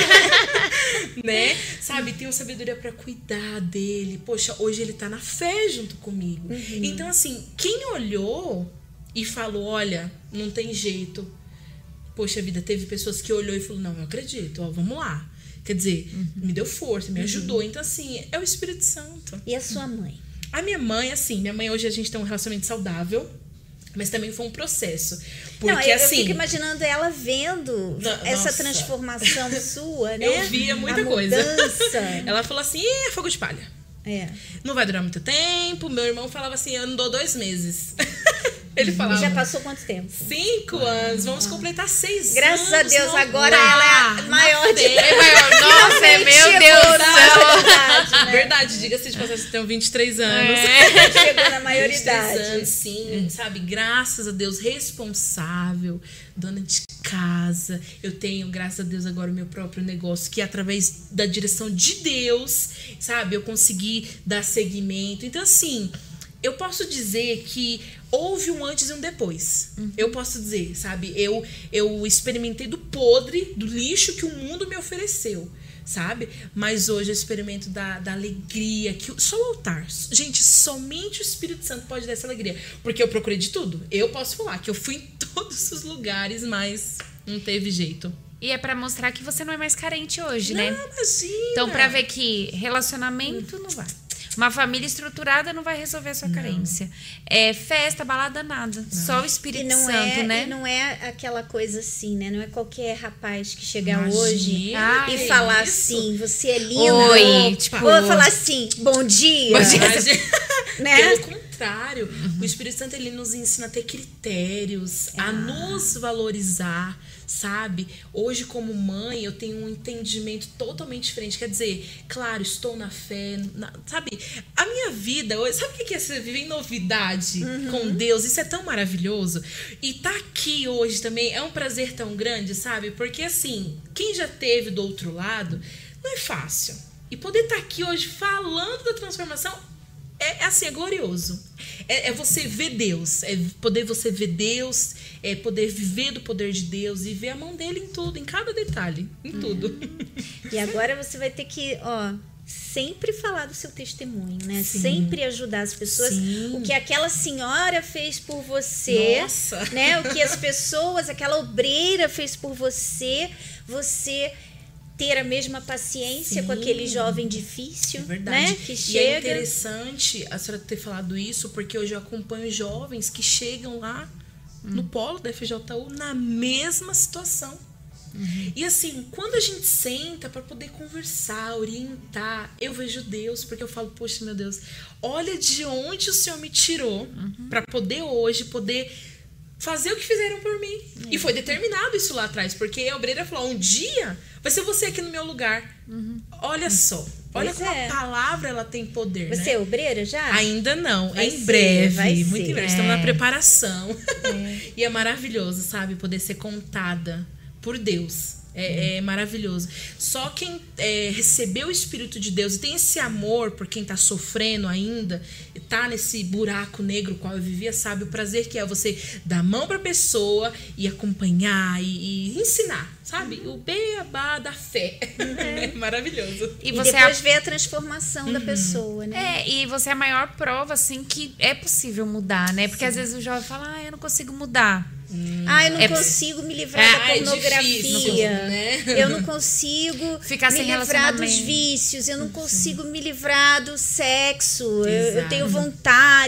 né? Sabe, tenho sabedoria pra cuidar dele. Poxa, hoje ele tá na fé junto comigo. Uhum. Então, assim, quem olhou e falou, olha, não tem jeito... Poxa vida, teve pessoas que olhou e falou, não, eu acredito, ó, vamos lá. Quer dizer, uhum. me deu força, me ajudou. Uhum. Então, assim, é o Espírito Santo. E a sua mãe? A minha mãe, assim, minha mãe hoje a gente tem um relacionamento saudável, mas também foi um processo. Porque, não, eu, assim... eu fico imaginando ela vendo no, essa nossa. transformação sua, né? Eu via muita a coisa. Mudança. Ela falou assim, é fogo de palha. É. Não vai durar muito tempo. Meu irmão falava assim, eu não dou dois meses. Ele falava. E já passou quanto tempo? Cinco anos. Vamos ah. completar seis Graças anos. Graças a Deus, agora lá, ela é a maior de é maior. Nossa, é meu Deus do céu. Verdade, né? Verdade, diga-se de passagem, você tem vinte e três anos. É. Chegou na maioridade. vinte e três anos, sim. Hum. Sabe, graças a Deus, responsável, dona de casa. Eu tenho, graças a Deus, agora o meu próprio negócio, que através da direção de Deus, sabe, eu consegui dar seguimento. Então, assim, eu posso dizer que houve um antes e um depois. Uhum. Eu posso dizer, sabe? Eu, eu experimentei do podre, do lixo que o mundo me ofereceu, sabe? Mas hoje eu experimento da, da alegria, que só o altar. Gente, somente o Espírito Santo pode dar essa alegria. Porque eu procurei de tudo. Eu posso falar que eu fui em todos os lugares, mas não teve jeito. E é pra mostrar que você não é mais carente hoje, não, né? Imagina. Então, pra ver que relacionamento hum. não vai. Uma família estruturada não vai resolver a sua não. carência. É festa, balada, nada. Não. Só o Espírito não Santo, é, né? E não é aquela coisa assim, né? Não é qualquer rapaz que chega Imagina. hoje Ai, e falar isso? assim, você é linda. Oi, tipo... Ou falar assim, bom dia. Bom dia. Né? Pelo contrário, uhum. o Espírito Santo, ele nos ensina a ter critérios, ah. a nos valorizar, sabe? Hoje, como mãe, eu tenho um entendimento totalmente diferente. Quer dizer, claro, estou na fé, na, sabe? A minha vida, sabe o que é você viver em novidade uhum. com Deus? Isso é tão maravilhoso. E tá aqui hoje também é um prazer tão grande, sabe? Porque, assim, quem já teve do outro lado, não é fácil. E poder estar aqui hoje falando da transformação é, assim, é glorioso. É, é você ver Deus, é poder você ver Deus, é poder viver do poder de Deus e ver a mão dele em tudo, em cada detalhe, em hum. tudo. E agora você vai ter que, ó, sempre falar do seu testemunho, né? Sim. Sempre ajudar as pessoas. Sim. O que aquela senhora fez por você, Nossa. né? O que as pessoas, aquela obreira fez por você, você ter a mesma paciência Sim. com aquele jovem difícil, é verdade. né? Que e chega. é interessante a senhora ter falado isso, porque hoje eu acompanho jovens que chegam lá hum. no polo da F J U na mesma situação. Uhum. E assim, quando a gente senta para poder conversar, orientar, eu vejo Deus, porque eu falo, poxa, meu Deus, olha de onde o Senhor me tirou uhum. para poder hoje, poder fazer o que fizeram por mim. É. E foi determinado isso lá atrás, porque a obreira falou, um dia vai ser você aqui no meu lugar. Uhum. Olha só. Olha pois como é. a palavra ela tem poder, Você né? é obreira já? Ainda não. Vai em ser, breve. vai muito ser. em breve. É. Estamos na preparação. É. E é maravilhoso, sabe? Poder ser contada por Deus. É, é maravilhoso. Só quem é, recebeu o Espírito de Deus e tem esse amor por quem tá sofrendo ainda, e tá nesse buraco negro qual eu vivia, sabe o prazer que é você dar a mão pra pessoa e acompanhar e, e ensinar, sabe? O beabá da fé. É, é maravilhoso. E, você e depois a... ver a transformação uhum. da pessoa, né? É, e você é a maior prova, assim, que é possível mudar, né? Porque Sim. às vezes o jovem fala, ah, eu não consigo mudar. Hum. Ah, eu não é consigo me livrar é, da pornografia. É difícil, né? Eu não consigo Ficar me sem livrar dos vícios. Eu não consigo Sim. me livrar do sexo. Eu, eu tenho vontades.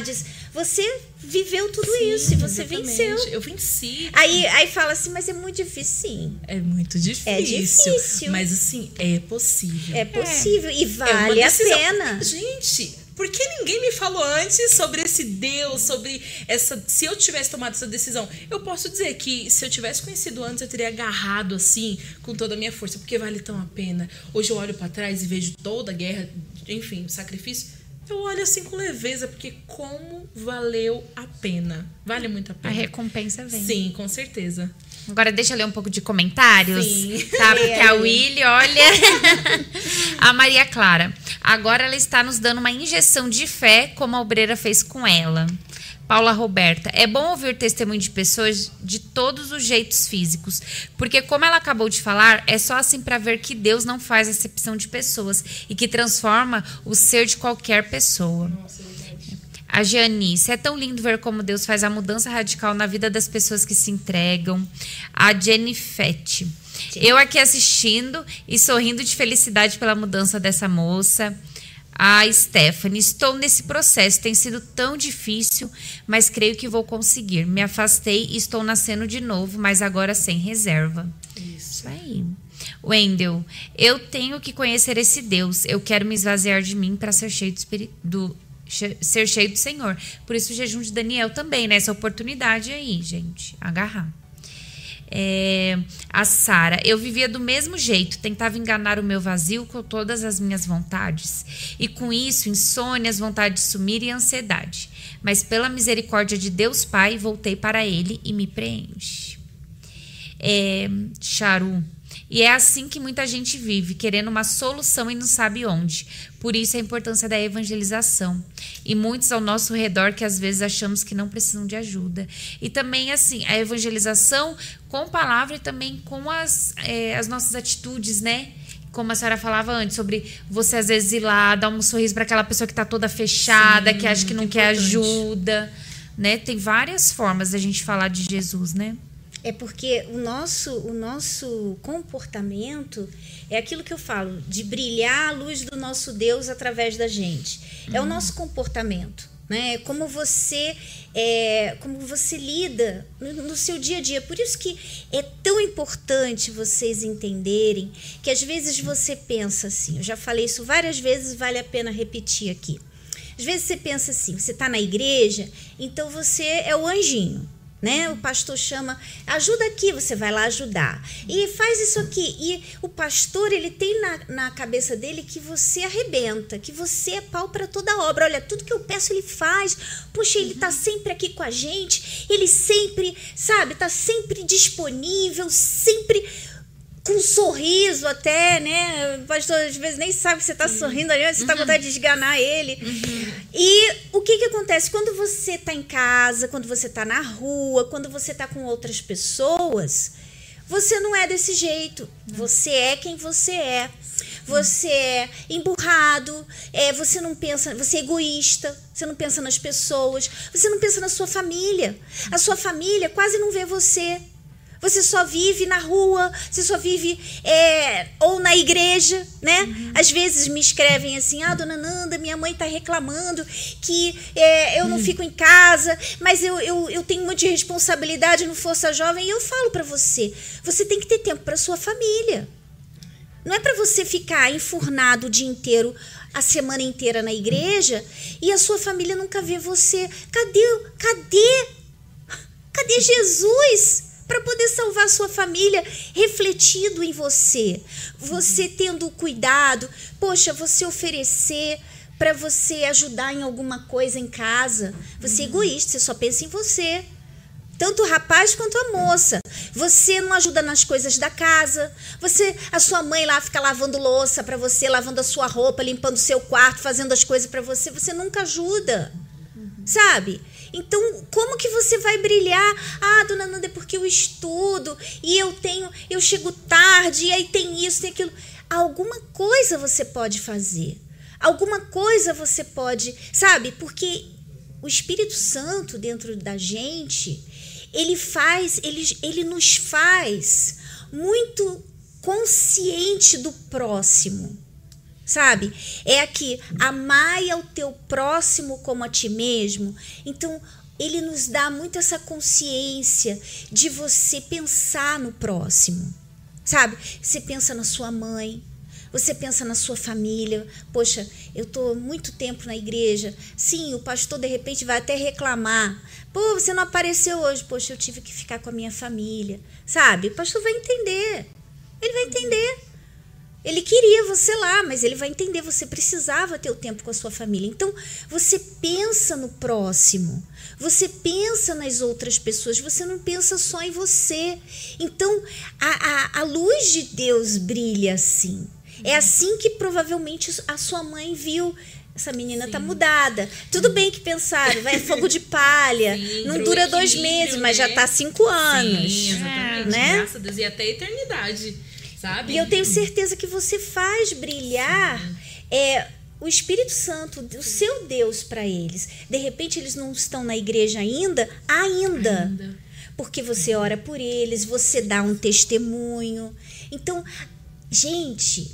você viveu tudo Sim, isso e você exatamente. venceu. Eu venci. Aí, aí fala assim, mas é muito difícil, sim. É muito difícil. É difícil. Mas assim, é possível. É possível e É uma vale a decisão. pena. Gente, por que ninguém me falou antes sobre esse Deus, sobre essa... Se eu tivesse tomado essa decisão, eu posso dizer que se eu tivesse conhecido antes, eu teria agarrado assim, com toda a minha força, porque vale tão a pena. Hoje eu olho pra trás e vejo toda a guerra, enfim, sacrifício. Eu olho assim com leveza, porque como valeu a pena. Vale muito a A pena. recompensa vem. Sim, com certeza. Agora deixa eu ler um pouco de comentários. Sim. Tá? Porque a Willy, olha... A Maria Clara. Agora ela está nos dando uma injeção de fé, como a obreira fez com ela. Paula Roberta. É bom ouvir testemunho de pessoas de todos os jeitos físicos. Porque, como ela acabou de falar, é só assim para ver que Deus não faz acepção de pessoas e que transforma o ser de qualquer pessoa. Nossa, é verdade. A Janice, é tão lindo ver como Deus faz a mudança radical na vida das pessoas que se entregam. A Jenny Fett. Eu aqui assistindo e sorrindo de felicidade pela mudança dessa moça. A Stephanie, estou nesse processo, tem sido tão difícil, mas creio que vou conseguir. Me afastei e estou nascendo de novo, mas agora sem reserva. Isso. Isso aí. Wendel, eu tenho que conhecer esse Deus. Eu quero me esvaziar de mim para ser cheio do Espírito do ser cheio do Senhor. Por isso o jejum de Daniel também, né? Essa oportunidade aí, gente. Agarrar. É, a Sara, eu vivia do mesmo jeito, tentava enganar o meu vazio com todas as minhas vontades. E com isso, insônias, vontade de sumir e ansiedade. Mas pela misericórdia de Deus Pai, voltei para Ele e me preenche. É, Charu. E é assim que muita gente vive, querendo uma solução e não sabe onde. Por isso a importância da evangelização. E muitos ao nosso redor que às vezes achamos que não precisam de ajuda. E também, assim, a evangelização com palavra e também com as, é, as nossas atitudes, né? Como a senhora falava antes, sobre você às vezes ir lá, dar um sorriso para aquela pessoa que está toda fechada, Sim, que acha que não quer importante. ajuda, né? Tem várias formas da gente falar de Jesus, né? É porque o nosso, o nosso comportamento é aquilo que eu falo, de brilhar a luz do nosso Deus através da gente. É uhum. o nosso comportamento, né? É como você, é, como você lida no, no seu dia a dia. Por isso que é tão importante vocês entenderem que às vezes você pensa assim, eu já falei isso várias vezes, vale a pena repetir aqui. Às vezes você pensa assim, você está na igreja, então você é o anjinho. Né? O pastor chama, ajuda aqui, você vai lá ajudar. E faz isso aqui. E o pastor, ele tem na, na cabeça dele que você arrebenta, que você é pau para toda obra. Olha, tudo que eu peço ele faz. Poxa, ele tá sempre aqui com a gente. Ele sempre, sabe, tá sempre disponível, sempre com um sorriso até, né? O pastor às vezes nem sabe que você tá uhum. sorrindo ali, você tá com vontade de esganar ele. Uhum. E o que que acontece? Quando você tá em casa, quando você tá na rua, quando você tá com outras pessoas, você não é desse jeito. Você é quem você é. Você é emburrado, é, você não pensa, você é egoísta, você não pensa nas pessoas, você não pensa na sua família. A sua família quase não vê você. Você só vive na rua, você só vive é, ou na igreja, né? Uhum. Às vezes me escrevem assim, ah, dona Nanda, minha mãe tá reclamando que é, eu não uhum. fico em casa, mas eu, eu, eu tenho muita responsabilidade no Força Jovem. E eu falo para você, você tem que ter tempo para sua família. Não é para você ficar enfurnado o dia inteiro, a semana inteira na igreja e a sua família nunca vê você. Cadê? Cadê? Cadê Jesus? Para poder salvar a sua família, refletido em você. Você tendo cuidado, poxa, você oferecer para você ajudar em alguma coisa em casa. Você é egoísta, você só pensa em você. Tanto o rapaz quanto a moça. Você não ajuda nas coisas da casa. Você, a sua mãe lá fica lavando louça para você, lavando a sua roupa, limpando o seu quarto, fazendo as coisas para você. Você nunca ajuda, sabe? Então, como que você vai brilhar? Ah, dona Nanda, é porque eu estudo e eu tenho, eu chego tarde e aí tem isso, tem aquilo. Alguma coisa você pode fazer. Alguma coisa você pode, sabe? Porque o Espírito Santo dentro da gente, ele faz, ele, ele nos faz muito consciente do próximo. sabe? É aqui, amai ao teu próximo como a ti mesmo. Então, ele nos dá muito essa consciência de você pensar no próximo, sabe? Você pensa na sua mãe, você pensa na sua família. Poxa, eu estou muito tempo na igreja. Sim, o pastor de repente vai até reclamar. Pô, você não apareceu hoje. Poxa, eu tive que ficar com a minha família, sabe? O pastor vai entender, ele vai entender. Ele queria você lá, mas ele vai entender, você precisava ter o tempo com a sua família. Então, você pensa no próximo, você pensa nas outras pessoas, você não pensa só em você. Então, a, a, a luz de Deus brilha assim. É assim que provavelmente a sua mãe viu. Essa menina Sim. tá mudada. Tudo bem que pensaram, é fogo de palha, Sim, não dura dois meses, mas né? já tá cinco anos. Sim, exatamente. Né? Graças a Deus, e até a eternidade. Sabe? E eu tenho certeza que você faz brilhar é, o Espírito Santo, o seu Deus para eles. De repente eles não estão na igreja ainda, ainda. ainda. Porque você ora por eles, você dá um testemunho. Então, gente,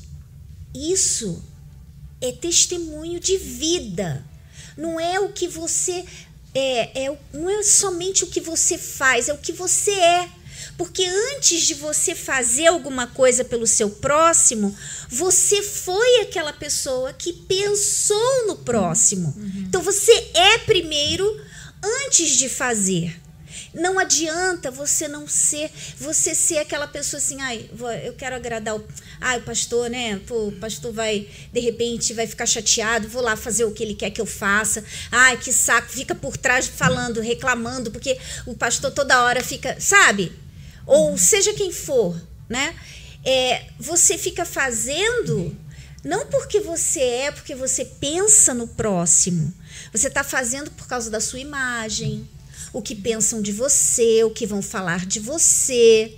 isso é testemunho de vida. Não é o que você é, é, não é somente o que você faz, é o que você é. Porque antes de você fazer alguma coisa pelo seu próximo, você foi aquela pessoa que pensou no próximo. Uhum. Então, você é primeiro antes de fazer. Não adianta você não ser, você ser aquela pessoa assim, ai, eu quero agradar o, ai, o pastor, né? Pô, o pastor vai, de repente, vai ficar chateado, vou lá fazer o que ele quer que eu faça. Ai, que saco, fica por trás falando, reclamando, porque o pastor toda hora fica, sabe? Ou seja quem for, né? É, você fica fazendo, não porque você é, porque você pensa no próximo. Você está fazendo por causa da sua imagem, o que pensam de você, o que vão falar de você.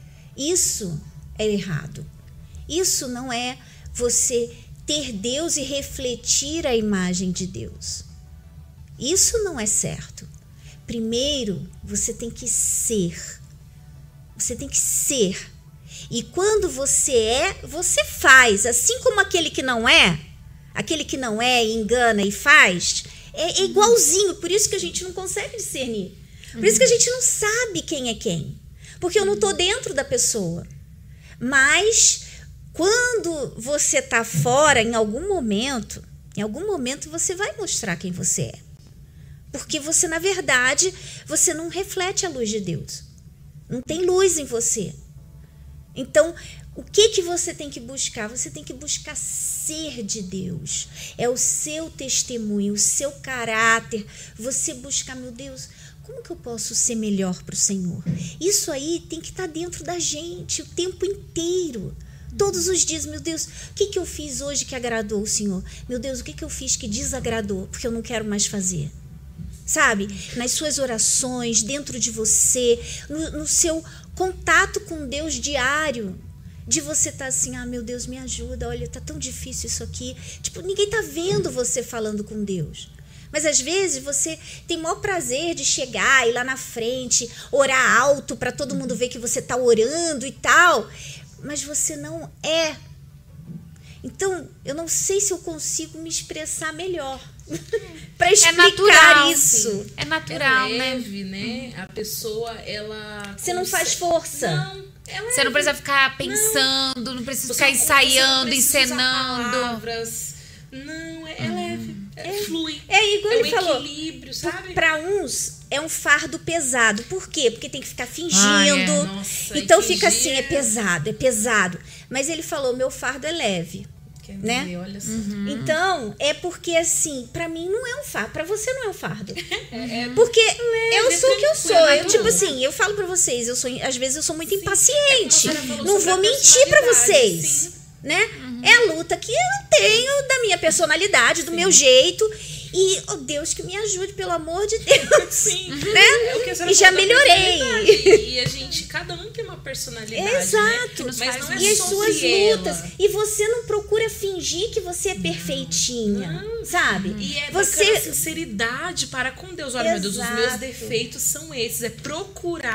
Isso é errado. Isso não é você ter Deus e refletir a imagem de Deus. Isso não é certo. Primeiro, você tem que ser. Você tem que ser. E quando você é, você faz. Assim como aquele que não é, aquele que não é, engana e faz, é igualzinho. Por isso que a gente não consegue discernir. Por isso que a gente não sabe quem é quem. Porque eu não estou dentro da pessoa. Mas quando você está fora, em algum momento, em algum momento você vai mostrar quem você é. Porque você, na verdade, você não reflete a luz de Deus. Não tem luz em você. Então, o que, que você tem que buscar? Você tem que buscar ser de Deus. É o seu testemunho, o seu caráter. Você buscar, meu Deus, como que eu posso ser melhor para o Senhor? Isso aí tem que estar dentro da gente o tempo inteiro. Todos os dias, meu Deus, o que, que eu fiz hoje que agradou o Senhor? Meu Deus, o que, que eu fiz que desagradou? Porque eu não quero mais fazer. Sabe? Nas suas orações, dentro de você, no, no seu contato com Deus diário, de você estar tá assim, ah, meu Deus, me ajuda, olha, tá tão difícil isso aqui. Tipo, ninguém tá vendo você falando com Deus. Mas às vezes você tem o maior prazer de chegar, ir lá na frente, orar alto para todo mundo ver que você tá orando e tal, mas você não é. Então, eu não sei se eu consigo me expressar melhor. Para explicar é natural, isso. Sim. É natural, é né? leve, né? A pessoa, ela... Você não faz força. Não, ela Você é não precisa ficar pensando, não, não precisa você, ficar ensaiando, você não precisa encenando. Palavras. Não, é, é leve. É, é, flui. É igual é ele um falou. Equilíbrio, sabe? Para uns é um fardo pesado. Por quê? Porque tem que ficar fingindo. Ah, é. Nossa, então fica assim, é pesado, é pesado. Mas ele falou, meu fardo é leve. Quer né? dizer, olha só. Uhum. Então, é porque assim, pra mim não é um fardo, pra você não é um fardo. É, é porque leve, eu sou o que eu sou. Eu, tipo tudo. assim, eu falo pra vocês, eu sou, às vezes eu sou muito sim. impaciente. É não vou mentir pra vocês. Sim. Né? Uhum. É a luta que eu tenho da minha personalidade, do sim. meu jeito. E, oh Deus, que me ajude, pelo amor de Deus. Sim. Né? É o que a e já melhorei. E a gente, cada um tem uma personalidade. Exato. Né? Mas não é e as suas lutas. Ela. E você não procura fingir que você é perfeitinha. Não. Sabe? E é você... sinceridade para com Deus. Olha, exato. Meu Deus, os meus defeitos são esses. É procurar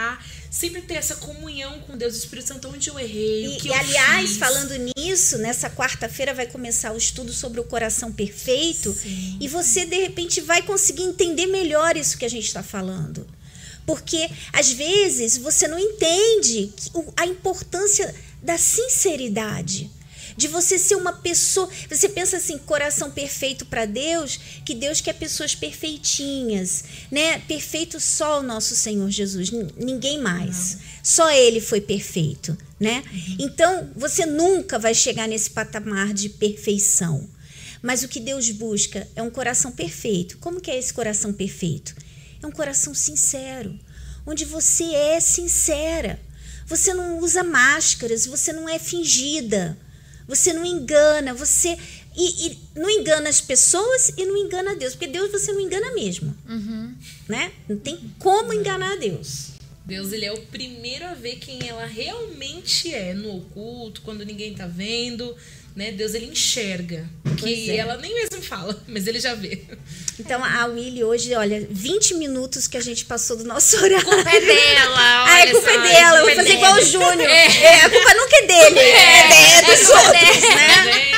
sempre ter essa comunhão com Deus, Espírito Santo, onde eu errei, E, o que e eu aliás, fiz. falando nisso, nessa quarta-feira vai começar o estudo sobre o coração perfeito. Sim. E você, de repente, vai conseguir entender melhor isso que a gente está falando. Porque, às vezes, você não entende a importância da sinceridade. De você ser uma pessoa... Você pensa assim, coração perfeito para Deus, que Deus quer pessoas perfeitinhas, né? Perfeito só o nosso Senhor Jesus, ninguém mais. Não. Só Ele foi perfeito, né? Uhum. Então, você nunca vai chegar nesse patamar de perfeição. Mas o que Deus busca é um coração perfeito. Como que é esse coração perfeito? É um coração sincero, onde você é sincera. Você não usa máscaras, você não é fingida. Você não engana, você e, e não engana as pessoas e não engana Deus, porque Deus você não engana mesmo, uhum. né? Não tem como enganar Deus. Deus, ele é o primeiro a ver quem ela realmente é no oculto, quando ninguém tá vendo, né? Deus, ele enxerga, que é. ela nem mesmo fala, mas ele já vê. Então, a Willy hoje, olha, vinte minutos que a gente passou do nosso horário. A culpa é dela, olha. Ah, é culpa só, é dela, eu vou fazer igual o Júnior. É. É, a culpa nunca é dele, é, é, é dos é outros, é. né?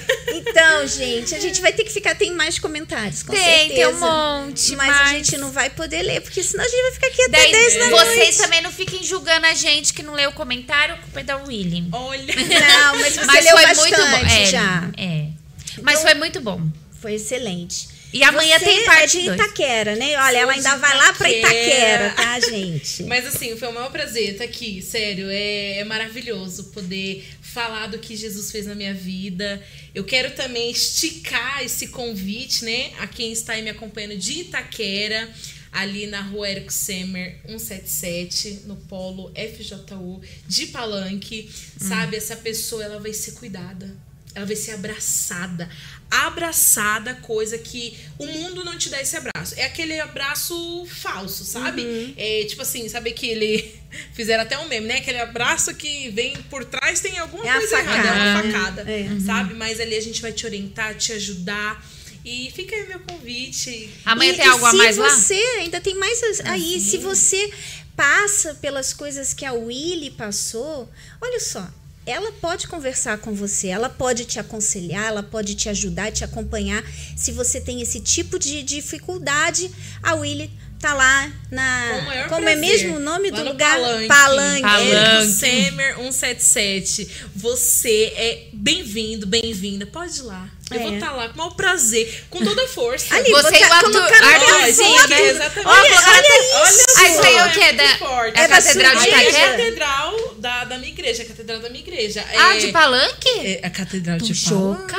Então, gente, a gente vai ter que ficar, tem mais comentários, com tem, certeza. Tem um monte, mas, mas a gente não vai poder ler, porque senão a gente vai ficar aqui até Daí, dez da noite. Vocês também não fiquem julgando a gente que não leu o comentário, a culpa é da Willy. Olha. Não, mas você mas leu foi bastante muito bom. É, já. É. Mas então, foi muito bom. Foi excelente. E amanhã você tem parte é de dois. Itaquera, né? Olha, ela ainda vai lá pra Itaquera, tá, gente? Mas assim, foi o maior prazer estar aqui, sério. É, é maravilhoso poder falar do que Jesus fez na minha vida. Eu quero também esticar esse convite, né? A quem está aí me acompanhando de Itaquera, ali na rua Érico Semer, cento e setenta e sete, no polo F J U de Palanque. Hum. Sabe, essa pessoa, ela vai ser cuidada. Ela vai ser abraçada. Abraçada, coisa que o mundo não te dá esse abraço. É aquele abraço falso, sabe? Uhum. É tipo assim, sabe que ele... Fizeram até um meme, né? Aquele abraço que vem por trás, tem alguma é coisa errada. É uma facada, é. Uhum. sabe? Mas ali a gente vai te orientar, te ajudar. E fica aí o meu convite. Amanhã e, tem algo a mais lá? Se você... Ainda tem mais aí. Uhum. Se você passa pelas coisas que a Willy passou... Olha só. Ela pode conversar com você, ela pode te aconselhar, ela pode te ajudar, te acompanhar. Se você tem esse tipo de dificuldade, a Willy tá lá na... Como prazer. É mesmo o nome lá do lugar? Palanque. Palanque. Érico Semer, cento e setenta e sete. Você é bem-vindo, bem-vinda. Pode ir lá. Eu é. vou estar tá lá com o maior prazer, com toda a força. Ali, você e o Arthur. Arthurzinho, né? Exatamente. Olha, olha isso. Olha ah, isso aí é o quê? Da, é a Catedral de Itaquera? É a Catedral da, da minha igreja, a Catedral da minha igreja. Ah, é, de Palanque? É a Catedral Tô de Palanque.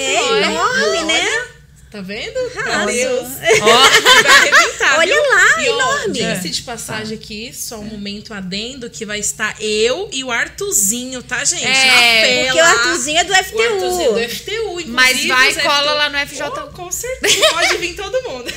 É enorme, né? Tá vendo? Meu Deus. Ó, vai arrebentar. Olha viu? lá, e, ó, enorme. Diga-se de passagem aqui, só um momento adendo, que vai estar eu e o Arthurzinho, tá, gente? É, porque o Arthurzinho é do F T U. O Arthurzinho é do F T U, mas vai e cola F T U. lá no F J U. Oh, com certeza, pode vir todo mundo.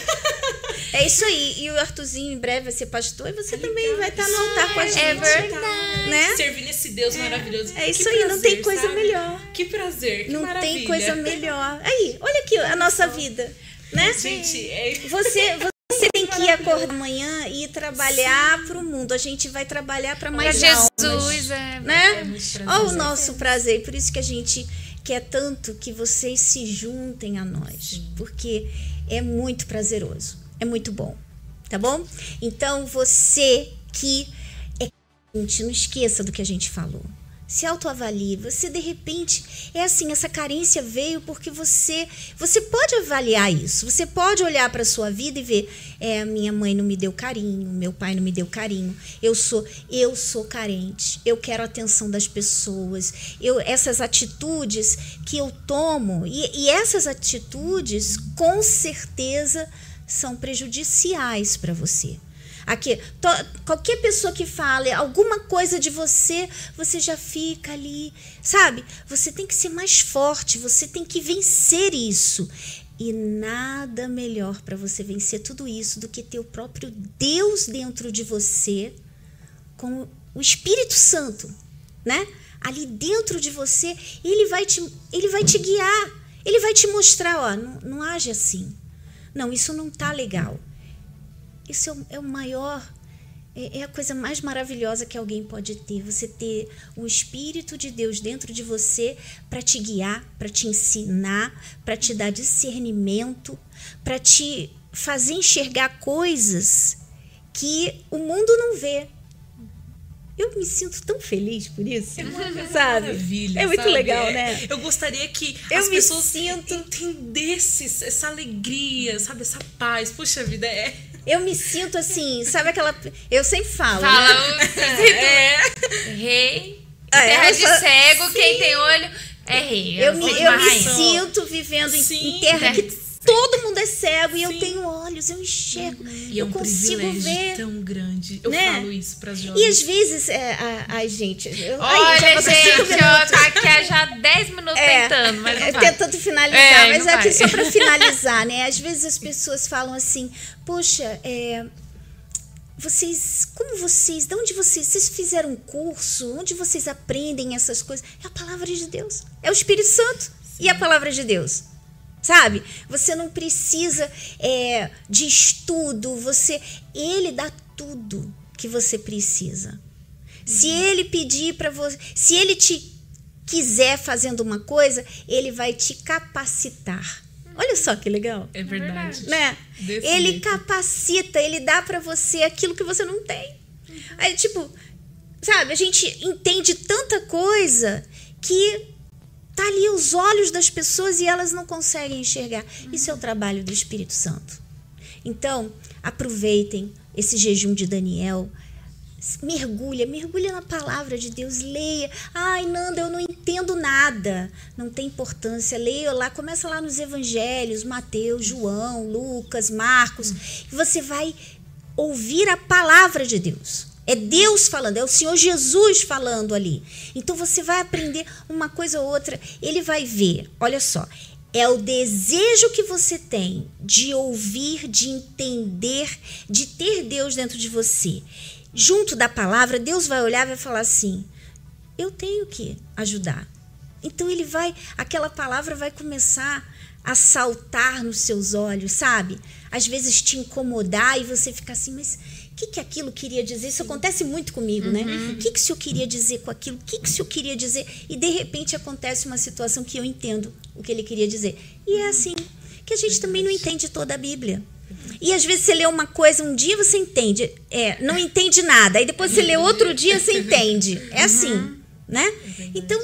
É isso aí. E o Arthurzinho em breve vai ser pastor e você Legal. também vai estar no altar com a gente. É verdade. Né? Servindo esse Deus é. maravilhoso. É isso que aí, prazer, não tem coisa sabe? melhor. Que prazer, que não maravilha. Não tem coisa melhor. Aí, olha aqui a nossa vida. Né? Gente, é... Você, você tem que ir acordar amanhã e ir trabalhar para o mundo. A gente vai trabalhar para mais pra almas. Jesus, é, né? é Olha o nosso prazer. Por isso que a gente quer tanto que vocês se juntem a nós. Sim. Porque é muito prazeroso. É muito bom. Tá bom? Então, você que é carente, não esqueça do que a gente falou. Se autoavalie. Você, de repente, é assim, essa carência veio porque você, você pode avaliar isso. Você pode olhar para a sua vida e ver, é, minha mãe não me deu carinho, meu pai não me deu carinho, eu sou, eu sou carente, eu quero a atenção das pessoas, eu, essas atitudes que eu tomo, e, e essas atitudes, com certeza, são prejudiciais para você. Aqui, to, qualquer pessoa que fale alguma coisa de você, você já fica ali, sabe? Você tem que ser mais forte, você tem que vencer isso. E nada melhor para você vencer tudo isso do que ter o próprio Deus dentro de você, com o Espírito Santo, né? Ali dentro de você, ele vai te, ele vai te guiar, ele vai te mostrar, ó, não, não age assim. Não, isso não tá legal. Isso é o, é o maior é a coisa mais maravilhosa que alguém pode ter. Você ter o Espírito de Deus dentro de você para te guiar, para te ensinar, para te dar discernimento, para te fazer enxergar coisas que o mundo não vê. Eu me sinto tão feliz por isso, é uma sabe? Maravilha, é muito sabe? legal, é, né? Eu gostaria que eu as pessoas sinto... entendessem essa alegria, sabe? Essa paz. Puxa vida, é... Eu me sinto assim, sabe aquela... Eu sempre falo. Fala, né? é. Rei, terra é, de só... cego, Sim. Quem tem olho é rei. Eu, me, eu me rainha. sinto vivendo em, Sim, em terra que todo mundo é cego. Sim. e eu tenho olhos, eu enxergo, E eu é um consigo privilégio ver. tão grande. Eu né? falo isso para as jovens. E às vezes, é, a, ai gente, eu, Olha, ai, já passou cinco gente, ó, minutos. tá aqui há já dez minutos É, tentando, mas não é, vai. tentando finalizar, É, mas não é aqui vai. só para finalizar, né? Às vezes as pessoas falam assim, poxa, é, vocês, como vocês, de onde vocês, vocês fizeram um curso, onde vocês aprendem essas coisas? É a palavra de Deus, é o Espírito Santo. Sim. E a palavra de Deus. Sabe? Você não precisa é, de estudo, você, ele dá tudo que você precisa. Uhum. Se ele pedir para você, se ele te quiser fazendo uma coisa, ele vai te capacitar. Olha só que legal. É verdade. Né? Desse ele jeito. capacita, ele dá para você aquilo que você não tem. Uhum. Aí, tipo, sabe, a gente entende tanta coisa que tá ali os olhos das pessoas e elas não conseguem enxergar. Uhum. Isso é o trabalho do Espírito Santo. Então, aproveitem esse jejum de Daniel. Mergulha, mergulha na palavra de Deus, leia. Ai, Nanda, eu não entendo nada. Não tem importância, leia lá, começa lá nos evangelhos, Mateus, João, Lucas, Marcos, e você vai ouvir a palavra de Deus. É Deus falando, é o Senhor Jesus falando ali. Então você vai aprender uma coisa ou outra, ele vai ver, olha só, é o desejo que você tem de ouvir, de entender, de ter Deus dentro de você. Junto da palavra, Deus vai olhar e vai falar assim, eu tenho que ajudar. Então ele vai, aquela palavra vai começar a saltar nos seus olhos, sabe? Às vezes te incomodar e você ficar assim, mas o que, que aquilo queria dizer? Isso acontece muito comigo, uhum. né? O que, que o senhor queria dizer com aquilo? O que, que o senhor queria dizer? E de repente acontece uma situação que eu entendo o que ele queria dizer. E é assim que a gente também não entende toda a Bíblia. E às vezes você lê uma coisa, um dia você entende, é, não entende nada. Aí depois você lê outro dia, você entende. É assim, uhum. né? É então,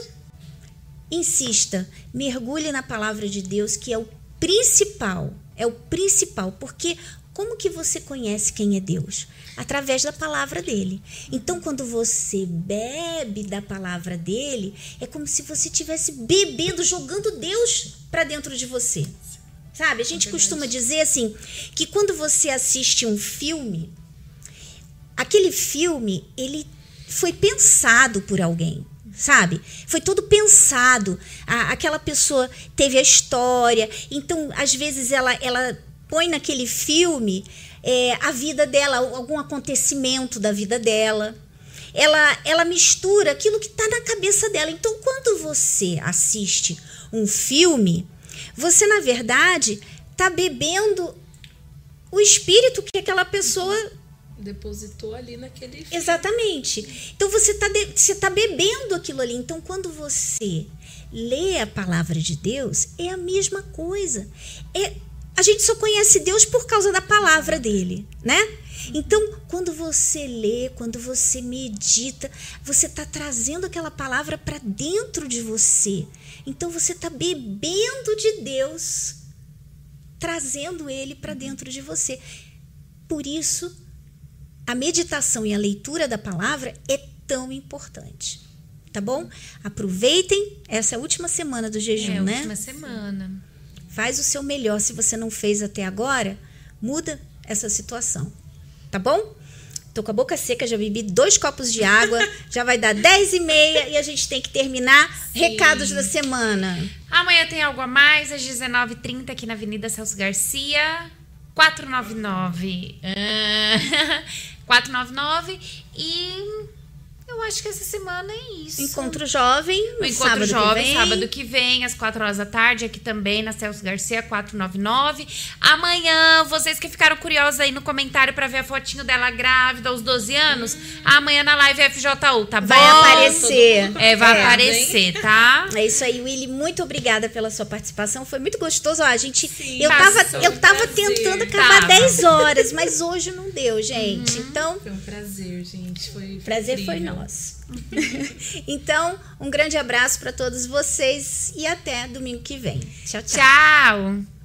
insista, mergulhe na palavra de Deus, que é o principal. É o principal, porque como que você conhece quem é Deus? Através da palavra dele. Então, quando você bebe da palavra dele, é como se você estivesse bebendo, jogando Deus para dentro de você. Sabe? A gente é costuma dizer assim, que quando você assiste um filme, aquele filme, ele foi pensado por alguém, sabe? Foi tudo pensado. A, aquela pessoa teve a história, então, às vezes, ela, ela põe naquele filme é, a vida dela, algum acontecimento da vida dela. Ela, ela mistura aquilo que está na cabeça dela. Então, quando você assiste um filme, você, na verdade, está bebendo o espírito que aquela pessoa depositou ali naquele filme. Exatamente. Então, você está você tá bebendo aquilo ali. Então, quando você lê a palavra de Deus, é a mesma coisa. É, a gente só conhece Deus por causa da palavra dele, né? Então, quando você lê, quando você medita, você está trazendo aquela palavra para dentro de você. Então, você está bebendo de Deus, trazendo ele para dentro de você. Por isso, a meditação e a leitura da palavra é tão importante. Tá bom? Aproveitem essa última semana do jejum, é, né? É, última semana. Faz o seu melhor. Se você não fez até agora, muda essa situação. Tá bom? Tô com a boca seca, já bebi dois copos de água, já vai dar dez e meia e a gente tem que terminar. Sim. Recados da semana. Amanhã tem algo a mais, às dezenove e trinta, aqui na Avenida Celso Garcia, quatrocentos e noventa e nove. Uh, quatrocentos e noventa e nove. E Eu acho que essa semana é isso. Encontro Jovem, o Encontro sábado Jovem, que vem. sábado que vem, às quatro horas da tarde, aqui também na Celso Garcia, quatrocentos e noventa e nove. Amanhã, vocês que ficaram curiosos aí no comentário pra ver a fotinho dela grávida aos doze anos, hum. amanhã na live F J U, tá bom? Vai aparecer. É, vai é. aparecer, tá? É isso aí, Willy, muito obrigada pela sua participação, foi muito gostoso. Ó, a gente, Sim, eu tava, eu tava prazer. tentando acabar Tava. dez horas, mas hoje não deu, gente. Uhum. Então, foi um prazer, gente. Foi prazer incrível. foi nosso. Então, um grande abraço para todos vocês e até domingo que vem. Tchau, tchau. Tchau.